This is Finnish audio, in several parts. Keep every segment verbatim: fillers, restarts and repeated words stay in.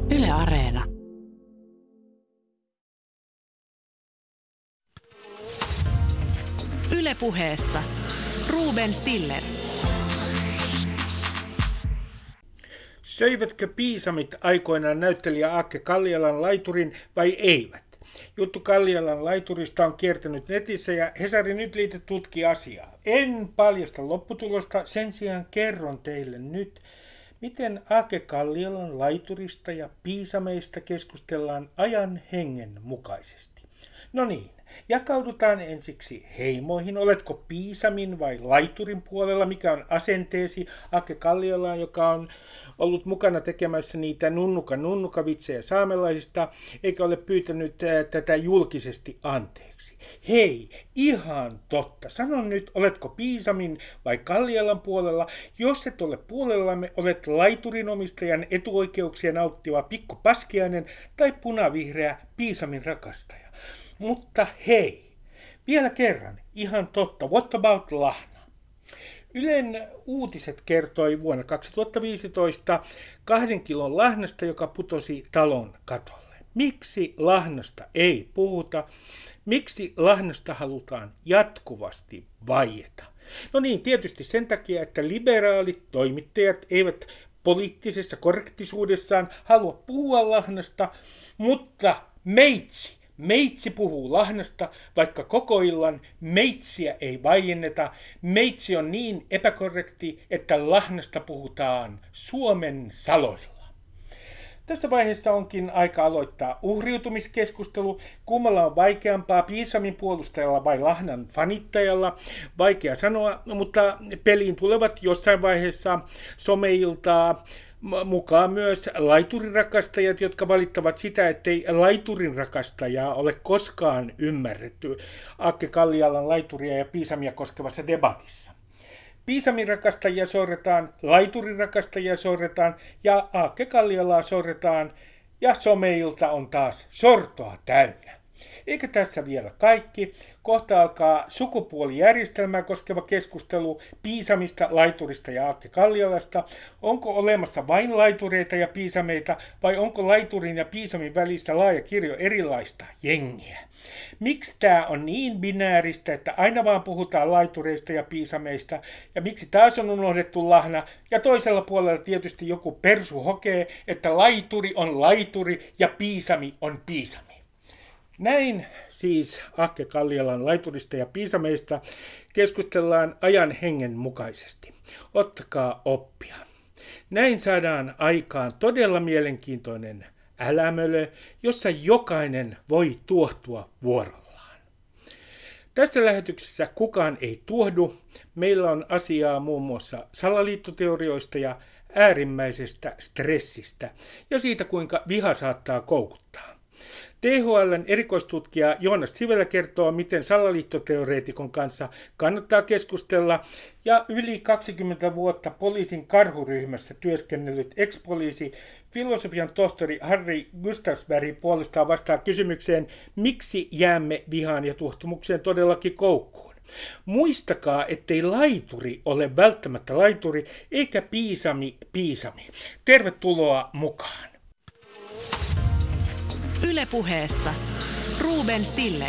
Yle Areena. Yle Puheessa. Ruben Stiller. Söivätkö piisamit aikoinaan näyttelijä Akke Kallialan laiturin vai eivät? Juttu Kallialan laiturista on kiertänyt netissä ja Hesari Nyt -liite tutki asiaa. En paljasta lopputulosta, sen sijaan kerron teille nyt, miten Akke Kallialan laiturista ja piisameista keskustellaan ajan hengen mukaisesti. No niin, jakaudutaan ensiksi heimoihin. Oletko piisamin vai laiturin puolella? Mikä on asenteesi Akke Kallialaan, joka on ollut mukana tekemässä niitä nunnuka nunnuka vitsejä saamelaisista, eikä ole pyytänyt tätä julkisesti anteeksi? Hei, ihan totta. Sanon nyt, oletko piisamin vai Kallialan puolella? Jos et ole puolellamme, olet laiturin omistajan etuoikeuksia nauttiva pikku paskiainen tai punavihreä piisamin rakastaja. Mutta hei, vielä kerran, ihan totta, what about lahna? Ylen uutiset kertoi vuonna kaksituhattaviisitoista kahden kilon lahnasta, joka putosi talon katolle. Miksi lahnasta ei puhuta? Miksi lahnasta halutaan jatkuvasti vaieta? No niin, tietysti sen takia, että liberaalit toimittajat eivät poliittisessa korrektisuudessaan halua puhua lahnasta, mutta meitsi. Meitsi puhuu lahnasta, vaikka koko illan meitsiä ei vaienneta. Meitsi on niin epäkorrekti, että lahnasta puhutaan Suomen saloilla. Tässä vaiheessa onkin aika aloittaa uhriutumiskeskustelu. Kummalla on vaikeampaa, piisamin puolustajalla vai lahnan fanittajalla? Vaikea sanoa, mutta peliin tulevat jossain vaiheessa someiltaa mukaan myös laiturin rakastajat, jotka valittavat sitä, ettei laiturin rakastajaa ole koskaan ymmärretty Akke Kallialan laituria ja piisamia koskevassa debatissa. Piisamin rakastajia sorretaan, laiturin rakastajia sorretaan ja Akke Kallialaa sorretaan ja someilta on taas sortoa täynnä. Eikä tässä vielä kaikki. Kohta alkaa sukupuolijärjestelmää koskeva keskustelu piisamista, laiturista ja Akke Kallialasta. Onko olemassa vain laitureita ja piisameita vai onko laiturin ja piisamin välissä laaja kirjo erilaista jengiä? Miksi tämä on niin binääristä, että aina vaan puhutaan laitureista ja piisameista ja miksi taas on unohdettu lahna ja toisella puolella tietysti joku persu hokee, että laituri on laituri ja piisami on piisami. Näin siis Akke Kallialan laiturista ja piisameista keskustellaan ajan hengen mukaisesti. Ottakaa oppia. Näin saadaan aikaan todella mielenkiintoinen älämölö, jossa jokainen voi tuohtua vuorollaan. Tässä lähetyksessä kukaan ei tuohdu. Meillä on asiaa muun muassa salaliittoteorioista ja äärimmäisestä stressistä ja siitä, kuinka viha saattaa koukuttaa. T H L:n erikoistutkija Joonas Sivelä kertoo, miten salaliittoteoreetikon kanssa kannattaa keskustella, ja yli kaksikymmentä vuotta poliisin karhuryhmässä työskennellyt ex-poliisi, filosofian tohtori Harri Gustavsberg puolestaan vastaa kysymykseen, miksi jäämme vihaan ja tuohtumukseen todellakin koukkuun. Muistakaa, ettei laituri ole välttämättä laituri, eikä piisami piisami. Tervetuloa mukaan. Yle Puheessa. Ruben Stiller.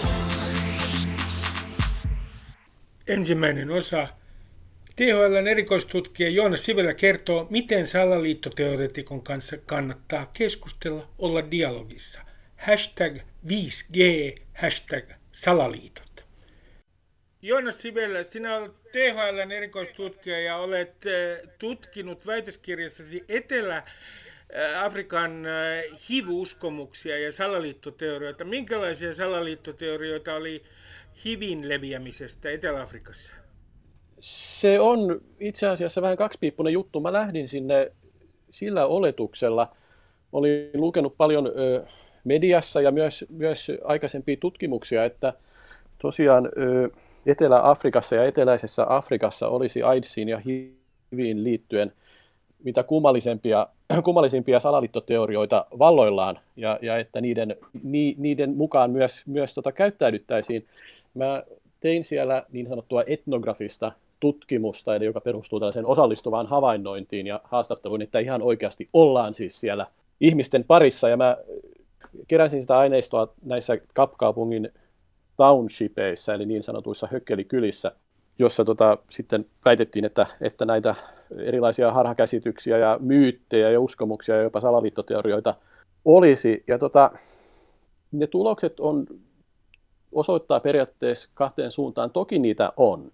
Ensimmäinen osa. T H L:n erikoistutkija Joonas Sivelä kertoo, miten salaliittoteoreetikon kanssa kannattaa keskustella, olla dialogissa. Hashtag viisi G, hashtag salaliitot. Joonas Sivelä, sinä olet T H L:n erikoistutkija ja olet tutkinut väitöskirjassasi Etelä Afrikan H I V-uskomuksia ja salaliittoteorioita. Minkälaisia salaliittoteorioita oli H I Vin leviämisestä Etelä-Afrikassa? Se on itse asiassa vähän kaksipiippunen juttu. Mä lähdin sinne sillä oletuksella. Mä olin lukenut paljon ö, mediassa ja myös, myös aikaisempia tutkimuksia, että tosiaan ö, Etelä-Afrikassa ja eteläisessä Afrikassa olisi AIDSiin ja H I Viin liittyen mitä kummallisempia, kummallisimpia salaliittoteorioita valloillaan ja, ja että niiden, ni, niiden mukaan myös, myös tota, käyttäydyttäisiin. Mä tein siellä niin sanottua etnografista tutkimusta, eli joka perustuu tällaiseen osallistuvaan havainnointiin ja haastatteluun, että ihan oikeasti ollaan siis siellä ihmisten parissa, ja mä keräsin sitä aineistoa näissä Kapkaupungin townshipeissa, eli niin sanotuissa hökkelikylissä, jossa tota, sitten väitettiin, että, että näitä erilaisia harhakäsityksiä ja myyttejä ja uskomuksia ja jopa salaliittoteorioita olisi. Ja tota, ne tulokset on, osoittaa periaatteessa kahteen suuntaan. Toki niitä on.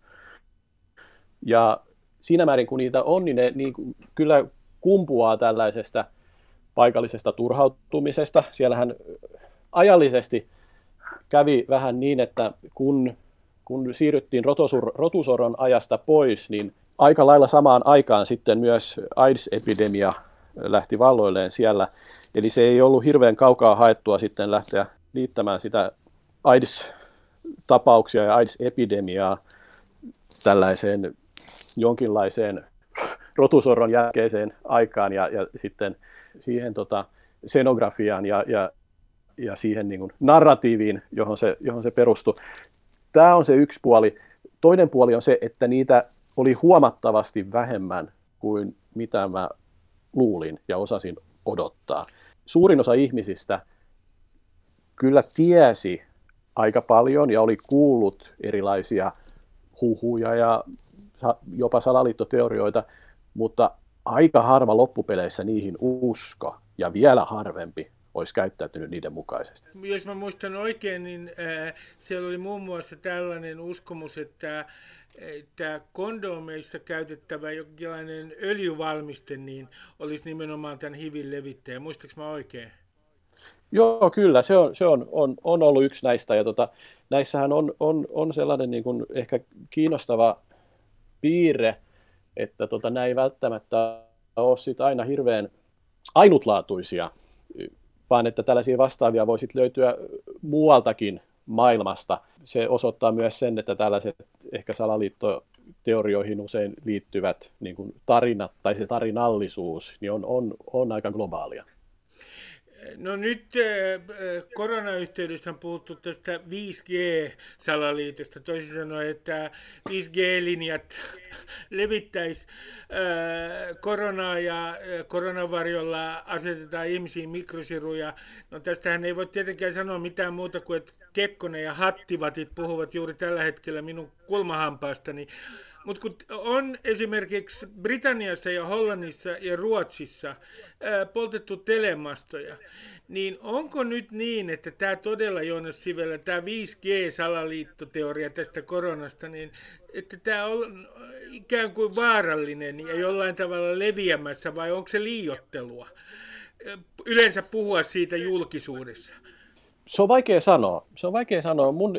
Ja siinä määrin kun niitä on, niin ne niin kyllä kumpuaa tällaisesta paikallisesta turhautumisesta. Siellähän ajallisesti kävi vähän niin, että kun, kun siirryttiin rotosur, rotusorron ajasta pois, niin aika lailla samaan aikaan sitten myös AIDS-epidemia lähti valloilleen siellä. Eli se ei ollut hirveän kaukaa haettua sitten lähteä liittämään sitä AIDS-tapauksia ja AIDS-epidemiaa tällaiseen jonkinlaiseen rotusorron jälkeiseen aikaan ja, ja sitten siihen tota, scenografiaan ja, ja, ja siihen niin kuin narratiiviin, johon se, johon se perustui. Tämä on se yksi puoli. Toinen puoli on se, että niitä oli huomattavasti vähemmän kuin mitä mä luulin ja osasin odottaa. Suurin osa ihmisistä kyllä tiesi aika paljon ja oli kuullut erilaisia huhuja ja jopa salaliittoteorioita, mutta aika harva loppupeleissä niihin usko ja vielä harvempi olisi käyttäytynyt niiden mukaisesti. Jos mä muistan oikein, niin äh, siellä oli muun muassa tällainen uskomus, että, että kondomeissa käytettävä jonkinlainen öljyvalmiste niin olisi nimenomaan tämän H I V:n levittäjä. Muistatko mä oikein? Joo, kyllä. Se on, se on, on, on ollut yksi näistä. Ja tota, näissähän on, on, on sellainen niin kuin ehkä kiinnostava piirre, että tota, nämä ei välttämättä ole sit aina hirveän ainutlaatuisia, vaan että tällaisia vastaavia voisi löytyä muualtakin maailmasta. Se osoittaa myös sen, että tällaiset ehkä salaliittoteorioihin usein liittyvät niin kuin tarinat tai se tarinallisuus niin on, on, on aika globaalia. No nyt äh, koronayhteydessä on puhuttu tästä viisi G-salaliitosta, toisin sanoen, että viisi G-linjat levittäisi äh, koronaa ja äh, koronavarjolla asetetaan ihmisiin mikrosiruja. No tästähän ei voi tietenkään sanoa mitään muuta kuin, että Kekkonen ja Hattivatit puhuvat juuri tällä hetkellä minun kulmahampaastani. Mutta kun on esimerkiksi Britanniassa ja Hollannissa ja Ruotsissa ää, poltettu telemastoja, niin onko nyt niin, että tämä todella, Joonas Sivelä, tämä viisi G-salaliittoteoria tästä koronasta, niin että tämä on ikään kuin vaarallinen ja jollain tavalla leviämässä, vai onko se liioittelua yleensä puhua siitä julkisuudessa? Se on vaikea sanoa. Se on vaikea sanoa. Mun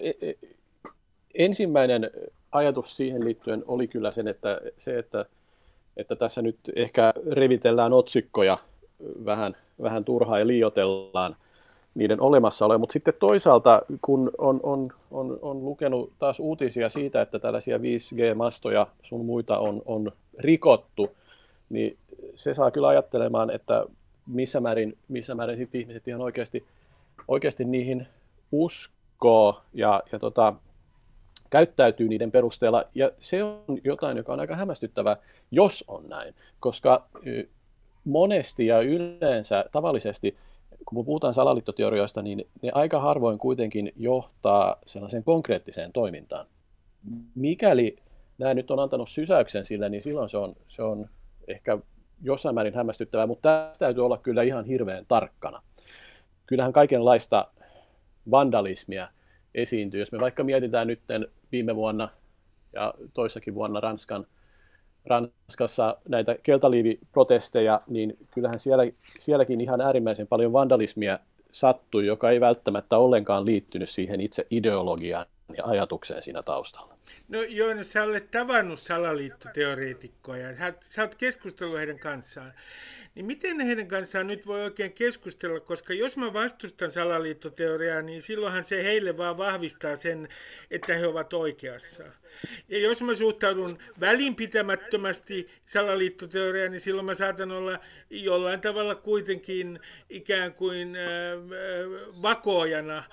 ensimmäinen ajatus siihen liittyen oli kyllä sen, että, se, että, että tässä nyt ehkä revitellään otsikkoja vähän, vähän turhaa ja liioitellaan niiden olemassaoloja, mutta sitten toisaalta, kun on, on, on, on lukenut taas uutisia siitä, että tällaisia viisi G-mastoja sun muita on, on rikottu, niin se saa kyllä ajattelemaan, että missä määrin, missä määrin sitten ihmiset ihan oikeasti, oikeasti niihin uskoo ja, ja tota, käyttäytyy niiden perusteella, ja se on jotain, joka on aika hämmästyttävää, jos on näin, koska monesti ja yleensä tavallisesti, kun puhutaan salaliittoteorioista, niin ne aika harvoin kuitenkin johtaa sellaiseen konkreettiseen toimintaan. Mikäli nämä nyt on antanut sysäyksen sille, niin silloin se on, se on ehkä jossain määrin hämmästyttävää, mutta tässä täytyy olla kyllä ihan hirveän tarkkana. Kyllähän kaikenlaista vandalismia esiintyy. Jos me vaikka mietitään nyt viime vuonna ja toissakin vuonna Ranskan, Ranskassa näitä keltaliiviprotesteja, niin kyllähän siellä, sielläkin ihan äärimmäisen paljon vandalismia sattui, joka ei välttämättä ollenkaan liittynyt siihen itse ideologiaan ja ajatukseen siinä taustalla. No Joonas, sä olet tavannut salaliittoteoreetikkoja, sä oot keskustellut heidän kanssaan. Niin miten heidän kanssaan nyt voi oikein keskustella, koska jos mä vastustan salaliittoteoriaa, niin silloinhan se heille vaan vahvistaa sen, että he ovat oikeassa. Ja jos mä suhtaudun välinpitämättömästi salaliittoteoriaan, niin silloin mä saatan olla jollain tavalla kuitenkin ikään kuin äh, äh, vakoojana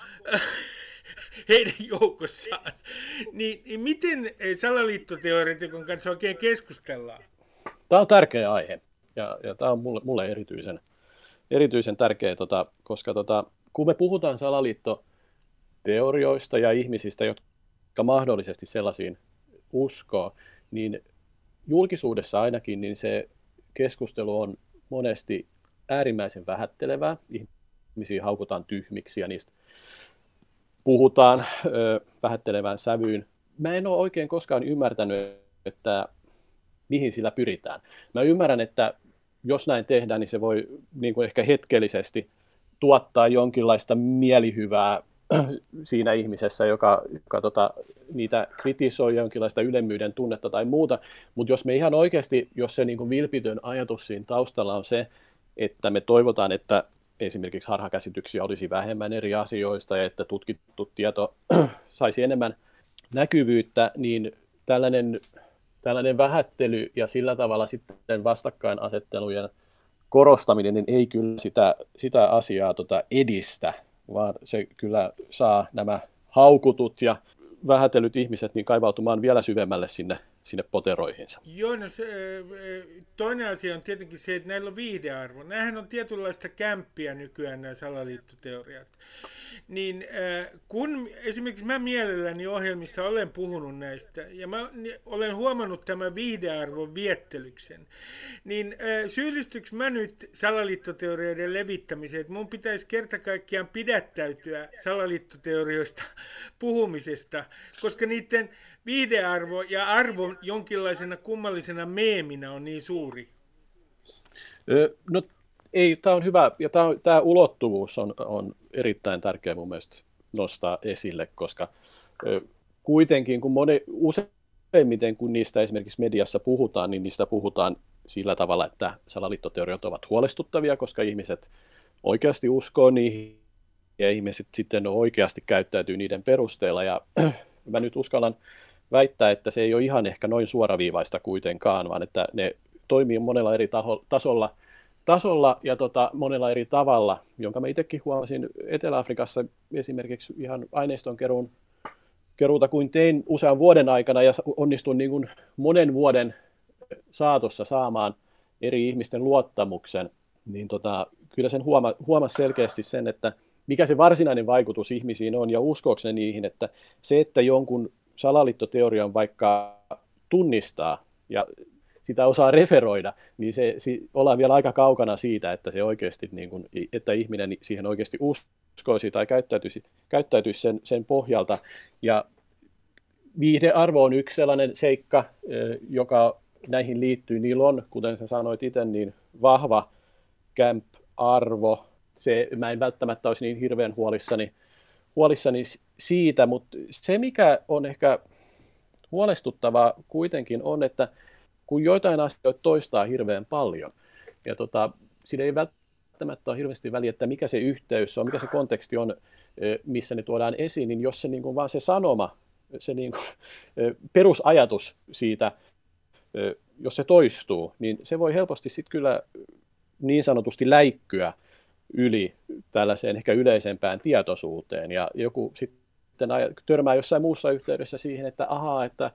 heidän joukossaan. Niin, niin miten salaliittoteoreetikon kanssa oikein keskustellaan? Tämä on tärkeä aihe. Ja, ja tämä on mulle, mulle erityisen, erityisen tärkeä, tota, koska tota, kun me puhutaan salaliittoteorioista ja ihmisistä, jotka mahdollisesti sellaisiin uskoo, niin julkisuudessa ainakin niin se keskustelu on monesti äärimmäisen vähättelevää. Ihmisiä haukutaan tyhmiksi ja niistä puhutaan ö, vähättelevään sävyyn. Mä en ole oikein koskaan ymmärtänyt, että mihin sillä pyritään. Mä ymmärrän, että jos näin tehdään, niin se voi niin kuin ehkä hetkellisesti tuottaa jonkinlaista mielihyvää siinä ihmisessä, joka, joka tota, niitä kritisoi, jonkinlaista ylemmyyden tunnetta tai muuta. Mutta jos me ihan oikeasti, jos se niin kuin vilpitön ajatus siinä taustalla on se, että me toivotaan, että esimerkiksi harhakäsityksiä olisi vähemmän eri asioista ja että tutkittu tieto saisi enemmän näkyvyyttä, niin tällainen, tällainen vähättely ja sillä tavalla sitten vastakkainasettelujen korostaminen niin ei kyllä sitä, sitä asiaa tota edistä, vaan se kyllä saa nämä haukutut ja vähätellyt ihmiset niin kaivautumaan vielä syvemmälle sinne, sinne poteroihinsa. Joo, no se, toinen asia on tietenkin se, että näillä on viihdearvo. Nämähän on tietynlaista kämppiä nykyään nämä salaliittoteoriat. Niin kun esimerkiksi mä mielelläni ohjelmissa olen puhunut näistä, ja mä olen huomannut tämän viihdearvon viettelyksen, niin syyllistyykö mä nyt salaliittoteorioiden levittämiseen, että mun pitäisi kerta kaikkiaan pidättäytyä salaliittoteorioista puhumisesta, koska niiden viihdearvo ja arvo jonkinlaisena kummallisena meeminä on niin suuri? No ei, tämä on hyvä, ja tämä, tämä ulottuvuus on, on erittäin tärkeä mun mielestä nostaa esille, koska kuitenkin kun moni, useimmiten kun niistä esimerkiksi mediassa puhutaan, niin niistä puhutaan sillä tavalla, että salaliittoteoriat ovat huolestuttavia, koska ihmiset oikeasti uskoo niihin, ja ihmiset sitten oikeasti käyttäytyy niiden perusteella, ja mä nyt uskallan väittää, että se ei ole ihan ehkä noin suoraviivaista kuitenkaan, vaan että ne toimii monella eri taho, tasolla, tasolla ja tota, monella eri tavalla, jonka mä itsekin huomasin Etelä-Afrikassa esimerkiksi ihan aineiston keruun, keruuta kuin tein usean vuoden aikana ja onnistuin niin kuin monen vuoden saatossa saamaan eri ihmisten luottamuksen, niin tota, kyllä sen huoma, huomasi selkeästi sen, että mikä se varsinainen vaikutus ihmisiin on ja uskoako ne niihin, että se, että jonkun salaliittoteorian vaikka tunnistaa ja sitä osaa referoida, niin se, se ollaan vielä aika kaukana siitä, että se oikeasti, niin kuin, että ihminen siihen oikeasti uskoisi tai käyttäytyisi, käyttäytyisi sen, sen pohjalta. Ja viihdearvo on yksi sellainen seikka, joka näihin liittyy. Niillä on, kuten sä sanoit itse, niin vahva camp-arvo. Se, mä en välttämättä olisi niin hirveän huolissani, huolissani siitä, mutta se mikä on ehkä huolestuttavaa kuitenkin on, että kun joitain asioita toistaa hirveän paljon, ja tota, siinä ei välttämättä ole hirveästi väliä, että mikä se yhteys on, mikä se konteksti on, missä ne tuodaan esiin, niin jos se niin kuin vaan se sanoma, se niin kuin, perusajatus siitä, jos se toistuu, niin se voi helposti sitten kyllä niin sanotusti läikkyä yli tällaiseen ehkä yleisempään tietoisuuteen, ja joku sitten törmää jossain muussa yhteydessä siihen, että ahaa, että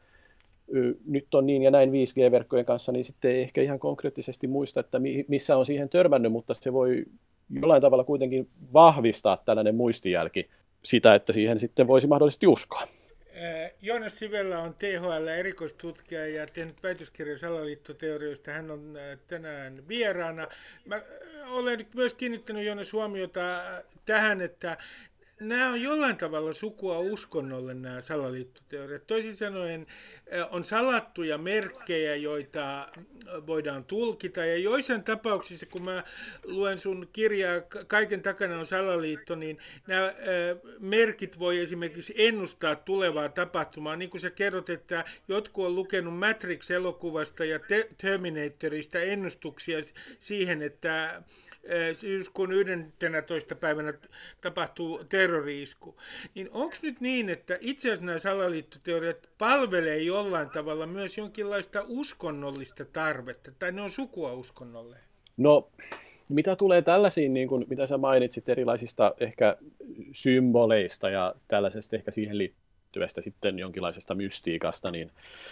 nyt on niin ja näin viisi G-verkkojen kanssa, niin sitten ei ehkä ihan konkreettisesti muista, että missä on siihen törmännyt, mutta se voi jollain tavalla kuitenkin vahvistaa tällainen muistijälki sitä, että siihen sitten voisi mahdollisesti uskoa. Joonas Sivellä on T H L-erikoistutkija ja tehnyt väitöskirjan salaliittoteorioista. Hän on tänään vieraana. Mä olen myös kiinnittänyt Joonas huomiota tähän, että nämä on jollain tavalla sukua uskonnolle, nämä salaliittoteoriat. Toisin sanoen on salattuja merkkejä, joita voidaan tulkita. Ja joissain tapauksissa, kun mä luen sun kirjaa Kaiken takana on salaliitto, niin nämä merkit voi esimerkiksi ennustaa tulevaa tapahtumaa. Niin kuin sä kerrot, että jotkut on lukenut Matrix-elokuvasta ja Terminatorista ennustuksia siihen, että syyskuun yhdentenätoista päivänä tapahtuu terrori-isku. Niin onko nyt niin, että itse asiassa nämä salaliittoteoriat palvelee jollain tavalla myös jonkinlaista uskonnollista tarvetta, tai ne on sukua uskonnolle? No, mitä tulee tällaisiin, niin kuin, mitä sä mainitsit, erilaisista ehkä symboleista ja tällaisesta ehkä siihen liittyvästä sitten jonkinlaisesta mystiikasta, niin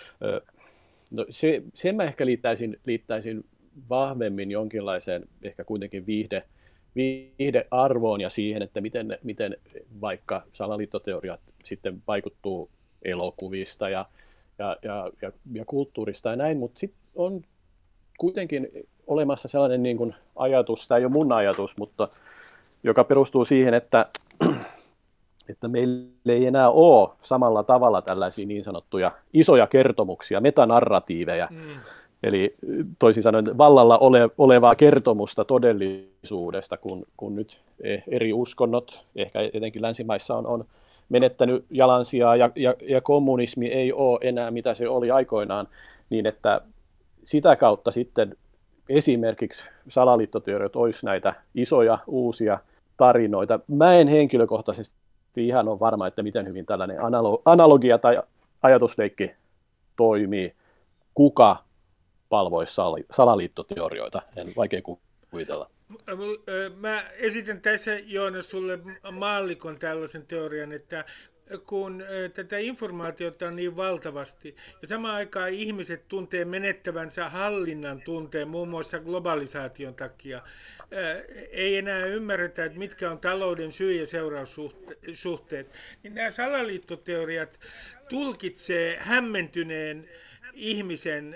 no, se, sen mä ehkä liittäisin, liittäisin vahvemmin jonkinlaiseen ehkä kuitenkin viihde, viihdearvoon ja siihen, että miten, miten vaikka salaliittoteoriat sitten vaikuttuu elokuvista ja, ja, ja, ja, ja kulttuurista ja näin, mutta sitten on kuitenkin olemassa sellainen niin kuin ajatus, tämä ei ole mun ajatus, mutta joka perustuu siihen, että, että meillä ei enää ole samalla tavalla tällaisia niin sanottuja isoja kertomuksia, metanarratiiveja, mm. eli toisin sanoen vallalla ole, olevaa kertomusta todellisuudesta, kun, kun nyt eri uskonnot, ehkä etenkin länsimaissa on, on menettänyt jalansijaa ja, ja, ja kommunismi ei ole enää mitä se oli aikoinaan, niin että sitä kautta sitten esimerkiksi salaliittoteoriat olisi näitä isoja uusia tarinoita. Mä en henkilökohtaisesti ihan ole varma, että miten hyvin tällainen analogia tai ajatusleikki toimii. Kuka palvoisi salaliittoteorioita? En vaikea kuvitella. Mä esitän tässä, Joona, sulle maallikon tällaisen teorian, että kun tätä informaatiota on niin valtavasti ja samaan aikaan ihmiset tuntee menettävänsä hallinnan tunteen muun muassa globalisaation takia, ei enää ymmärretä, että mitkä on talouden syy- ja seuraussuhteet, niin nämä salaliittoteoriat tulkitsee hämmentyneen ihmisen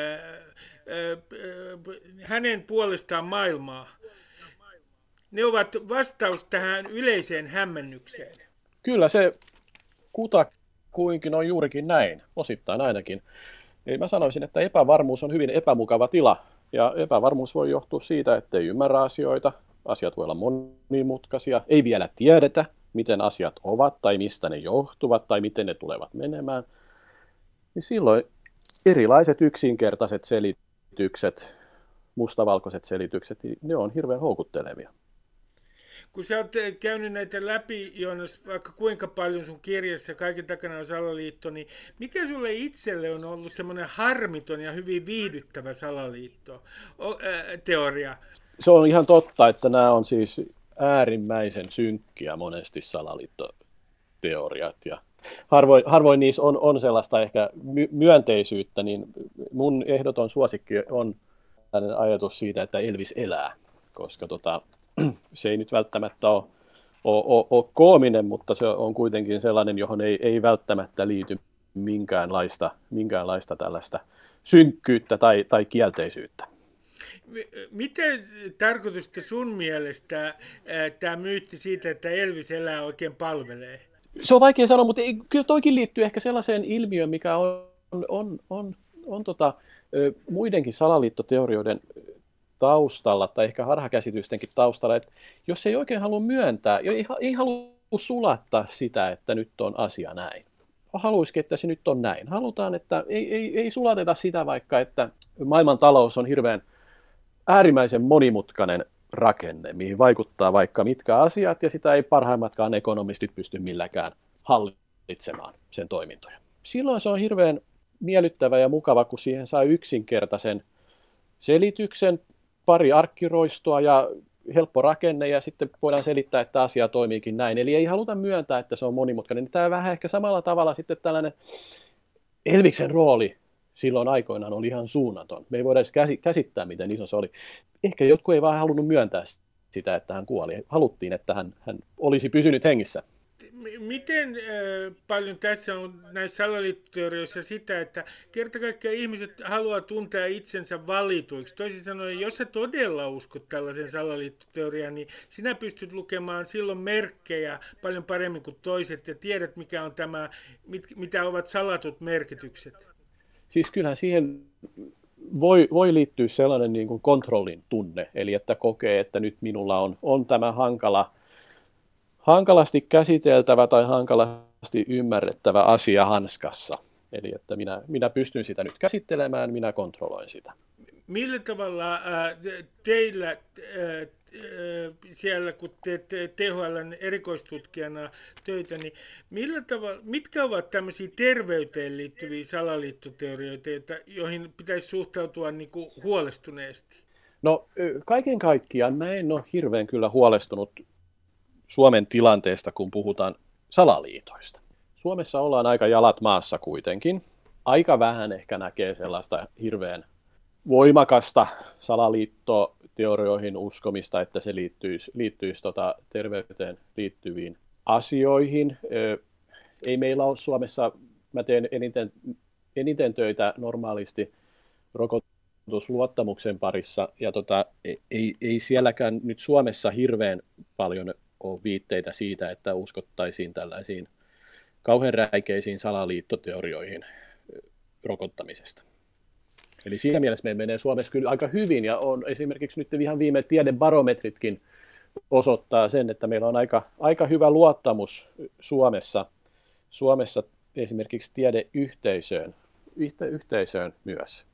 hänen puolestaan maailmaa. Ne ovat vastaus tähän yleiseen hämmennykseen. Kyllä se kutakuinkin on juurikin näin, osittain ainakin. Eli mä sanoisin, että epävarmuus on hyvin epämukava tila, ja epävarmuus voi johtua siitä, että ei ymmärrä asioita, asiat voi olla monimutkaisia, ei vielä tiedetä, miten asiat ovat, tai mistä ne johtuvat, tai miten ne tulevat menemään. Niin silloin erilaiset yksinkertaiset selitykset, mustavalkoiset selitykset, niin ne on hirveän houkuttelevia. Kun sä oot käynyt näitä läpi, Joonas, vaikka kuinka paljon sun kirjassa, kaiken takana on salaliitto, niin mikä sulle itselle on ollut semmoinen harmiton ja hyvin viihdyttävä salaliitto-teoria? Se on ihan totta, että nämä on siis äärimmäisen synkkiä monesti salaliittoteoriat. Ja harvoin, harvoin niissä on, on sellaista ehkä my- myönteisyyttä, niin mun ehdoton suosikki on ajatus siitä, että Elvis elää, koska tota, se ei nyt välttämättä ole, ole, ole, ole koominen, mutta se on kuitenkin sellainen, johon ei, ei välttämättä liity minkäänlaista, minkäänlaista tällaista synkkyyttä tai, tai kielteisyyttä. Miten tarkoitusta sun mielestä tämä myytti siitä, että Elvis elää, oikein palvelee? Se on vaikea sanoa, mutta ei, kyllä toikin liittyy ehkä sellaiseen ilmiöön, mikä on, on, on, on tota, muidenkin salaliittoteorioiden taustalla tai ehkä harhakäsitystenkin taustalla, että jos ei oikein halua myöntää, ei, ei halua sulattaa sitä, että nyt on asia näin. Haluaisikin, että se nyt on näin. Halutaan, että ei, ei, ei sulateta sitä vaikka, että maailman talous on hirveän äärimmäisen monimutkainen rakenne, mihin vaikuttaa vaikka mitkä asiat, ja sitä ei parhaimmatkaan ekonomistit pysty milläkään hallitsemaan sen toimintoja. Silloin se on hirveän miellyttävä ja mukava, kun siihen saa yksinkertaisen selityksen, pari arkkiroistoa ja helppo rakenne, ja sitten voidaan selittää, että asia toimiikin näin. Eli ei haluta myöntää, että se on monimutkainen. Tämä vähän ehkä samalla tavalla sitten tällainen Elviksen rooli silloin aikoinaan oli ihan suunnaton. Me ei voida edes käsittää, miten iso se oli. Ehkä jotkut ei vaan halunnut myöntää sitä, että hän kuoli. Haluttiin, että hän, hän olisi pysynyt hengissä. Miten äh, paljon tässä on näissä salaliittoteorioissa sitä, että kerta kaikkiaan ihmiset haluaa tuntea itsensä valituiksi. Toisin sanoen, jos sä todella uskot tällaisen salaliittoteoriaan, niin sinä pystyt lukemaan silloin merkkejä paljon paremmin kuin toiset ja tiedät, mikä on tämä, mit, mitä ovat salatut merkitykset. Siis kyllähän siihen voi, voi liittyä sellainen niin kuin kontrollin tunne, eli että kokee, että nyt minulla on, on tämä hankala, hankalasti käsiteltävä tai hankalasti ymmärrettävä asia hanskassa. Eli että minä, minä pystyn sitä nyt käsittelemään, minä kontrolloin sitä. Millä tavalla teillä siellä, kun teette T H L:n erikoistutkijana töitä, niin millä tavalla, mitkä ovat tämmöisiä terveyteen liittyviä salaliittoteorioita, joihin pitäisi suhtautua niin kuin huolestuneesti? No kaiken kaikkiaan mä en ole hirveän kyllä huolestunut Suomen tilanteesta, kun puhutaan salaliitoista. Suomessa ollaan aika jalat maassa kuitenkin. Aika vähän ehkä näkee sellaista hirveän voimakasta salaliittoteorioihin uskomista, että se liittyisi, liittyisi tota terveyteen liittyviin asioihin. Ei meillä ole Suomessa, mä teen eniten, eniten töitä normaalisti rokotusluottamuksen parissa, ja tota, ei, ei sielläkään nyt Suomessa hirveän paljon ole viitteitä siitä, että uskottaisiin tällaisiin kauhean räikeisiin salaliittoteorioihin rokottamisesta. Eli siinä mielessä meillä menee Suomessa kyllä aika hyvin, ja on esimerkiksi nyt ihan viime tiedebarometritkin osoittaa sen, että meillä on aika, aika hyvä luottamus Suomessa, Suomessa esimerkiksi tiedeyhteisöön yhteisöön myös.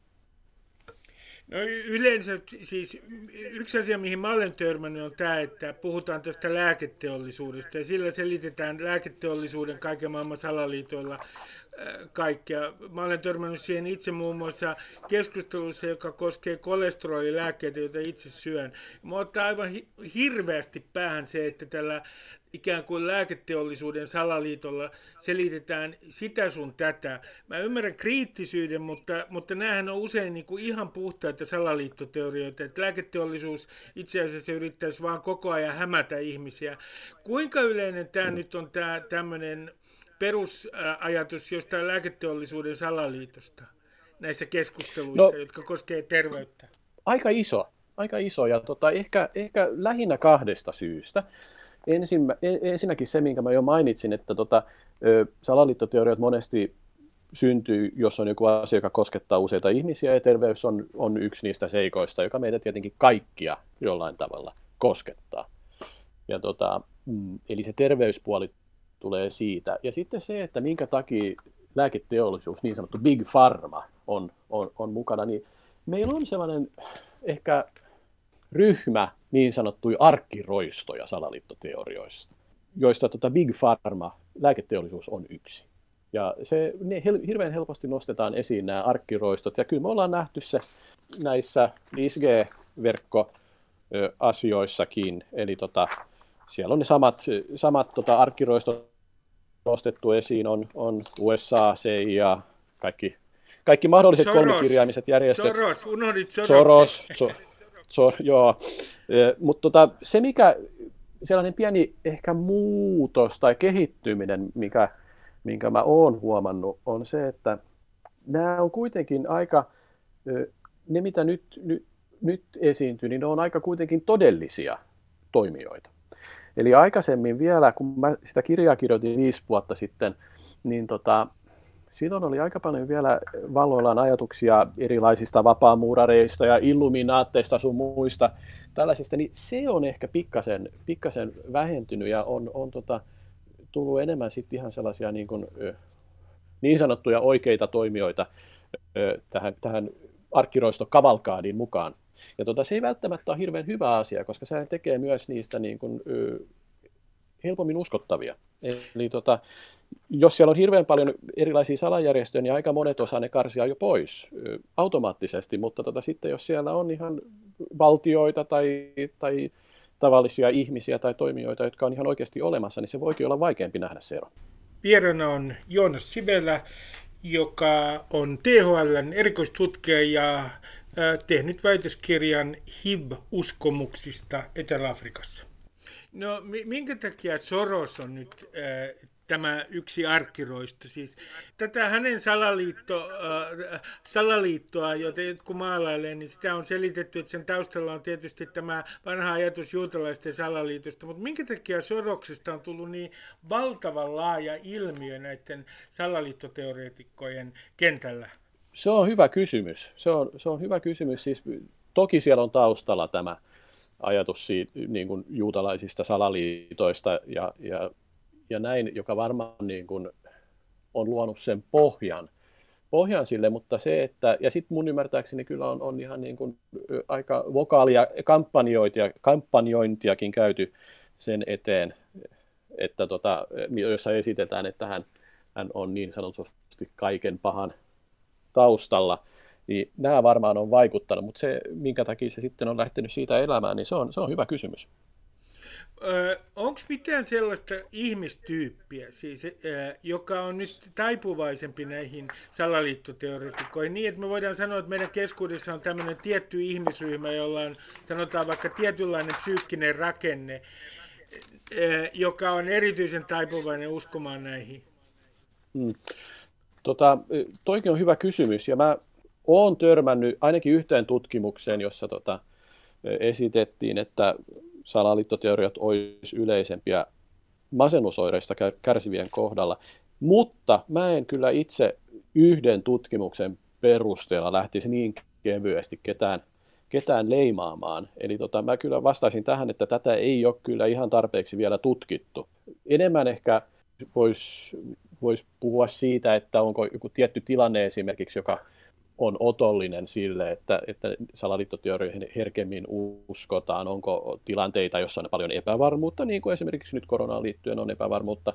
No yleensä siis yksi asia, mihin mä olen törmännyt, on tämä, että puhutaan tästä lääketeollisuudesta ja sillä selitetään lääketeollisuuden kaiken maailman salaliitoilla kaikkea. Mä olen törmännyt siihen itse muun muassa keskustelussa, joka koskee kolesterolilääkkeitä, joita itse syön. Mä ottaa aivan hirveästi päähän se, että tällä ikään kuin lääketeollisuuden salaliitolla selitetään sitä sun tätä. Mä ymmärrän kriittisyyden, mutta, mutta näähän on usein niin kuin ihan puhtaita salaliittoteorioita, että lääketeollisuus itse asiassa yrittäisi vaan koko ajan hämätä ihmisiä. Kuinka yleinen tämä nyt on tämä tämmöinen perusajatus jostain lääketeollisuuden salaliitosta näissä keskusteluissa, no, jotka koskee terveyttä? Aika iso, aika iso ja tota, ehkä, ehkä lähinnä kahdesta syystä. Ensin, ensinnäkin se, minkä mä jo mainitsin, että tota, salaliittoteoriat monesti syntyy, jos on joku asia, joka koskettaa useita ihmisiä, ja terveys on, on yksi niistä seikoista, joka meitä tietenkin kaikkia jollain tavalla koskettaa. Ja tota, eli se terveyspuoli tulee siitä. Ja sitten se, että minkä takia lääketeollisuus, niin sanottu Big Pharma, on, on, on mukana, niin meillä on sellainen ehkä ryhmä niin sanottuja arkkiroistoja salaliittoteorioista, joista tota Big Pharma, lääketeollisuus on yksi. Ja se, ne hirveän helposti nostetaan esiin nämä arkkiroistot, ja kyllä me ollaan nähty se näissä viisi G-verkkoasioissakin, eli tota, siellä on ne samat, samat tota, arkkiroistot nostettu esiin, on, on U S A, C I A, kaikki, kaikki mahdolliset Soros, kolmikirjaimiset järjestöt. Soros, unohdit Soros. So, so, joo, mutta tota, se mikä, sellainen pieni ehkä muutos tai kehittyminen, mikä, minkä mä oon huomannut, on se, että nämä on kuitenkin aika, ne mitä nyt, nyt, nyt esiintyy, niin ne on aika kuitenkin todellisia toimijoita. Eli aikaisemmin vielä, kun mä sitä kirjaa kirjoitin viisi vuotta sitten, niin tota, silloin oli aika paljon vielä valloillaan ajatuksia erilaisista vapaamuurareista ja illuminaatteista sun muista tällaisista, niin se on ehkä pikkasen, pikkasen vähentynyt ja on, on tota, tullut enemmän sitten ihan sellaisia niin, kuin, niin sanottuja oikeita toimijoita tähän, tähän arkkiroistokavalkaadiin mukaan. Ja tota, se ei välttämättä ole hirveän hyvä asia, koska se tekee myös niistä niin kuin, ö, helpommin uskottavia. Eli tota, jos siellä on hirveän paljon erilaisia salajärjestöjä, niin aika monet osaa ne karsia jo pois ö, automaattisesti, mutta tota, sitten jos siellä on ihan valtioita tai, tai tavallisia ihmisiä tai toimijoita, jotka on ihan oikeasti olemassa, niin se voikin olla vaikeampi nähdä se ero. Vieraana on Joonas Sivelä, joka on T H L:n erikoistutkija ja tehnyt väitöskirjan H I V-uskomuksista Etelä-Afrikassa. No minkä takia Soros on nyt äh, tämä yksi arkkiroisto? Siis, tätä hänen salaliitto, äh, salaliittoa, jota jotkut maalailee, niin sitä on selitetty, että sen taustalla on tietysti tämä vanha ajatus juutalaisten salaliitosta, mutta minkä takia Soroksesta on tullut niin valtavan laaja ilmiö näiden salaliittoteoreetikkojen kentällä? Se on hyvä kysymys. Se on, se on hyvä kysymys. Siis, toki siellä on taustalla tämä ajatus siitä, niin kuin juutalaisista salaliitoista ja, ja, ja näin, joka varmaan niin kuin on luonut sen pohjan, pohjan sille, mutta se, että, ja sitten mun ymmärtääkseni kyllä on, on ihan niin kuin aika vokaalia kampanjointia, kampanjointiakin käyty sen eteen, että tota, jossa esitetään, että hän, hän on niin sanotusti kaiken pahan taustalla, niin nämä varmaan on vaikuttanut, mutta se, minkä takia se sitten on lähtenyt siitä elämään, niin se on, se on hyvä kysymys. Onko mitään sellaista ihmistyyppiä, siis, ö, joka on nyt taipuvaisempi näihin salaliittoteoreetikoihin, niin että me voidaan sanoa, että meidän keskuudessa on tämmöinen tietty ihmisryhmä, jolla on sanotaan vaikka tietynlainen psyykkinen rakenne, ö, joka on erityisen taipuvainen uskomaan näihin? Hmm. Tota, toikin on hyvä kysymys, ja mä oon törmännyt ainakin yhteen tutkimukseen, jossa tota, esitettiin, että salaliittoteoriat olisi yleisempiä masennusoireista kärsivien kohdalla, mutta mä en kyllä itse yhden tutkimuksen perusteella lähtisi niin kevyesti ketään, ketään leimaamaan. Eli tota, mä kyllä vastaisin tähän, että tätä ei ole kyllä ihan tarpeeksi vielä tutkittu. Enemmän ehkä voisi vois puhua siitä, että onko joku tietty tilanne esimerkiksi, joka on otollinen sille, että, että salaliittoteorioihin herkemmin uskotaan, onko tilanteita, jossa on paljon epävarmuutta, niin kuin esimerkiksi nyt koronaan liittyen on epävarmuutta,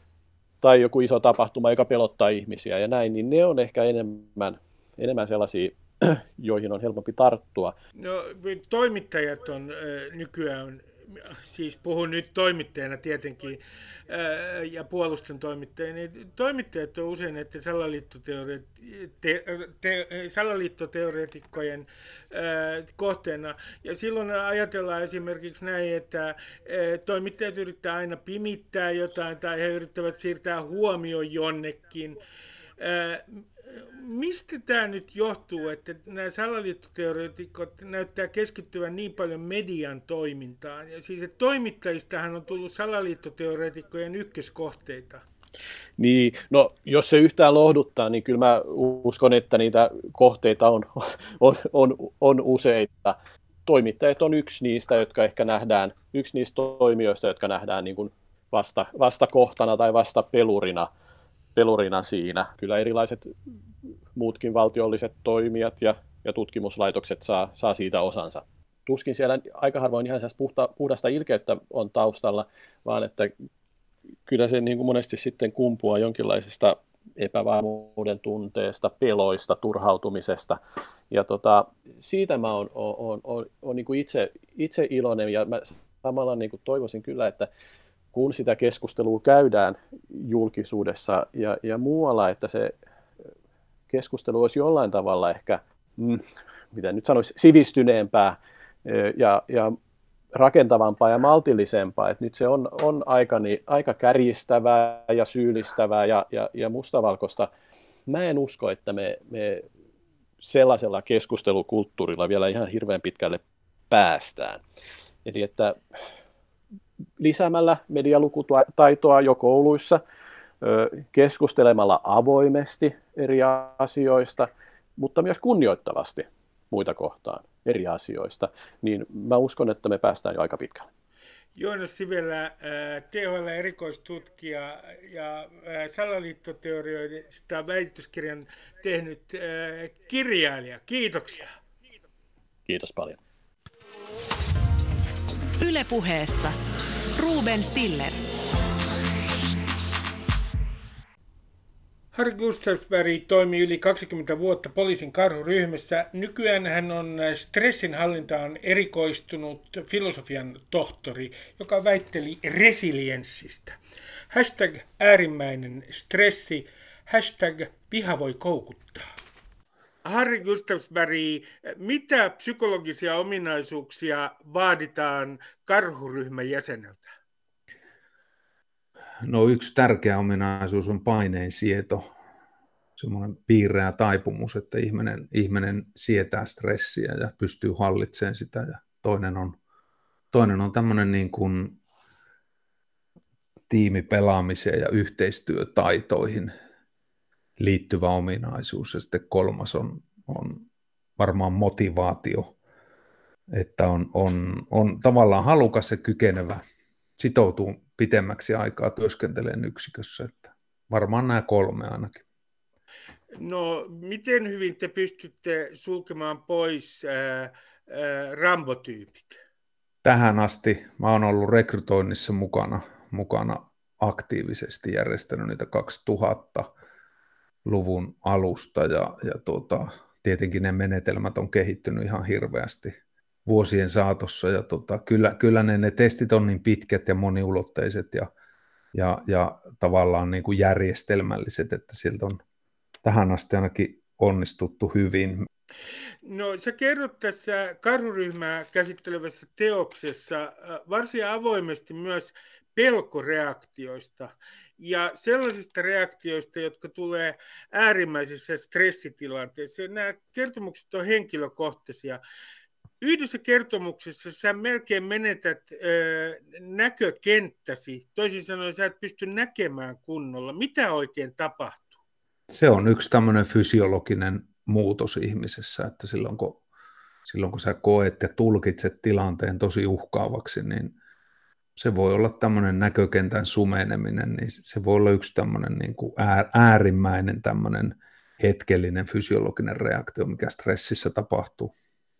tai joku iso tapahtuma, joka pelottaa ihmisiä ja näin, niin ne on ehkä enemmän, enemmän sellaisia, joihin on helpompi tarttua. No, toimittajat on äh, nykyään, siis puhun nyt toimittajana tietenkin, äh, ja puolustan toimittajia, niin toimittajat on usein näiden salaliittoteoreet- te, te, salaliittoteoreetikkojen äh, kohteena. Ja silloin ajatellaan esimerkiksi näin, että äh, toimittajat yrittää aina pimittää jotain, tai he yrittävät siirtää huomioon jonnekin. Äh, Mistä tämä nyt johtuu, että nämä salaliittoteoreetikot näyttää keskittyvän niin paljon median toimintaan? Ja siis, että toimittajistahan on tullut salaliittoteoreetikkojen ykköskohteita. Niin, no jos se yhtään lohduttaa, niin kyllä mä uskon, että niitä kohteita on, on, on, on useita. Toimittajat on yksi niistä, jotka ehkä nähdään, yksi niistä toimijoista, jotka nähdään niin kuin vasta, vastakohtana tai vastapelurina pelurina siinä. Kyllä erilaiset muutkin valtiolliset toimijat ja, ja tutkimuslaitokset saa, saa siitä osansa. Tuskin siellä aika harvoin ihan puhta, puhdasta ilkeyttä on taustalla, vaan että kyllä se niin kuin monesti sitten kumpuaa jonkinlaisesta epävarmuuden tunteesta, peloista, turhautumisesta. Ja tota, siitä mä oon, oon, oon, oon, oon niin kuin itse, itse iloinen ja mä samalla niin kuin toivoisin kyllä, että kun sitä keskustelua käydään julkisuudessa ja, ja muualla, että se keskustelu olisi jollain tavalla ehkä, mm, mitä nyt sanoisi, sivistyneempää ja, ja rakentavampaa ja maltillisempaa. Että nyt se on, on aika, niin, aika kärjistävää ja syyllistävää ja, ja, ja mustavalkoista. Mä en usko, että me, me sellaisella keskustelukulttuurilla vielä ihan hirveän pitkälle päästään. Eli että lisäämällä medialukutaitoa jo kouluissa, keskustelemalla avoimesti eri asioista, mutta myös kunnioittavasti muita kohtaan eri asioista, niin mä uskon, että me päästään jo aika pitkälle. Joonas Sivelä, T H L-erikoistutkija ja salaliittoteorioista väitöskirjan tehnyt kirjailija. Kiitoksia. Kiitos paljon. Yle Puheessa Ruben Stiller. Harry Gustafsberg toimi yli kaksikymmentä vuotta poliisin karhuryhmässä. Nykyään hän on stressinhallintaan erikoistunut filosofian tohtori, joka väitteli resilienssistä. Hashtag äärimmäinen stressi, hashtag viha voi koukuttaa. Harry Gustafsberg, mitä psykologisia ominaisuuksia vaaditaan karhuryhmän jäseneltä? No yksi tärkeä ominaisuus on paineensieto, semmoinen piirreä taipumus, että ihminen, ihminen sietää stressiä ja pystyy hallitsemaan sitä. Ja toinen on, toinen on tämmöinen niin kuin tiimipelaamiseen ja yhteistyötaitoihin liittyvä ominaisuus. Ja sitten kolmas on, on varmaan motivaatio, että on, on, on tavallaan halukas ja kykenevä sitoutuu pitemmäksi aikaa työskentelemään yksikössä. Että varmaan nämä kolme ainakin. No, miten hyvin te pystytte sulkemaan pois ää, ää, Rambo-tyypit? Tähän asti mä oon ollut rekrytoinnissa mukana, mukana aktiivisesti, järjestänyt niitä kaksituhattaluvun alusta ja, ja tuota, tietenkin ne menetelmät on kehittynyt ihan hirveästi vuosien saatossa. Ja tota, kyllä, kyllä ne, ne testit on niin pitkät ja moniulotteiset ja, ja, ja tavallaan niin kuin järjestelmälliset, että sieltä on tähän asti ainakin onnistuttu hyvin. No, sä kerrot tässä karhuryhmää käsittelevässä teoksessa varsin avoimesti myös pelkoreaktioista ja sellaisista reaktioista, jotka tulee äärimmäisessä stressitilanteessa. Nämä kertomukset on henkilökohtaisia. Yhdessä kertomuksessa sä melkein menetät ö, näkökenttäsi. Toisin sanoen sä et pysty näkemään kunnolla. Mitä oikein tapahtuu? Se on yksi tämmöinen fysiologinen muutos ihmisessä, että silloin kun, silloin kun sä koet ja tulkitset tilanteen tosi uhkaavaksi, niin se voi olla tämmöinen näkökentän sumeneminen, niin se voi olla yksi tämmöinen niin kuin äärimmäinen tämmöinen hetkellinen fysiologinen reaktio, mikä stressissä tapahtuu.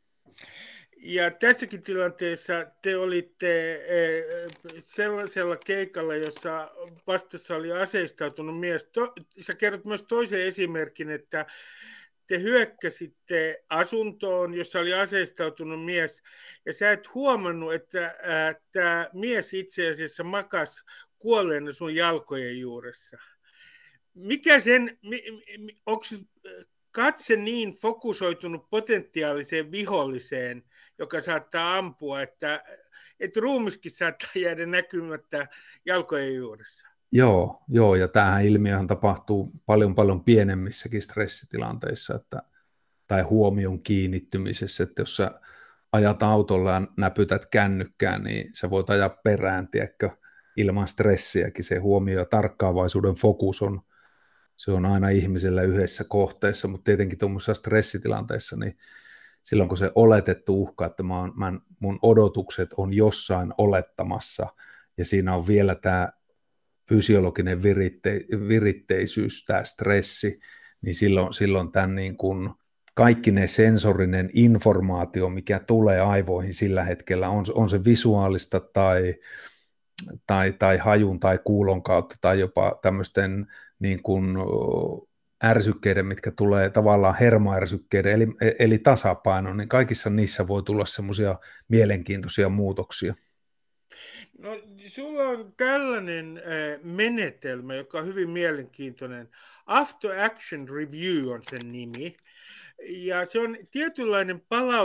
Ja tässäkin tilanteessa te olitte sellaisella keikalla, jossa vastassa oli aseistautunut mies. Sä kerrot myös toisen esimerkin, että te hyökkäsitte asuntoon, jossa oli aseistautunut mies, ja sä et huomannut, että tämä mies itse asiassa makasi kuolleena sun jalkojen juuressa. Mikä sen, onko katse niin fokusoitunut potentiaaliseen viholliseen, joka saattaa ampua, että, että ruumiskin saattaa jäädä näkymättä jalkojen juuressa? Joo, joo, ja tämähän ilmiöhän tapahtuu paljon paljon pienemmissäkin stressitilanteissa, että, tai huomion kiinnittymisessä, että jos sä ajat autolla ja näpytät kännykkään, niin sä voit ajaa perään, tiedätkö, ilman stressiäkin. Se huomio ja tarkkaavaisuuden fokus on, se on aina ihmisellä yhdessä kohteessa, mutta tietenkin tuommoisessa stressitilanteessa, niin silloin kun se oletettu uhka, että mä oon, mä, mun odotukset on jossain olettamassa, ja siinä on vielä tämä fysiologinen viritte, viritteisyys, tämä stressi, niin silloin, silloin tämän niin kuin kaikki ne sensorinen informaatio, mikä tulee aivoihin sillä hetkellä, on, on se visuaalista tai, tai, tai hajun tai kuulon kautta tai jopa tämmöisten niin kuin ärsykkeiden, mitkä tulee tavallaan hermoärsykkeiden, eli, eli tasapaino, niin kaikissa niissä voi tulla semmoisia mielenkiintoisia muutoksia. No, sulla on tällainen äh, menetelmä, joka on hyvin mielenkiintoinen. After Action Review on sen nimi. Ja se on tietynlainen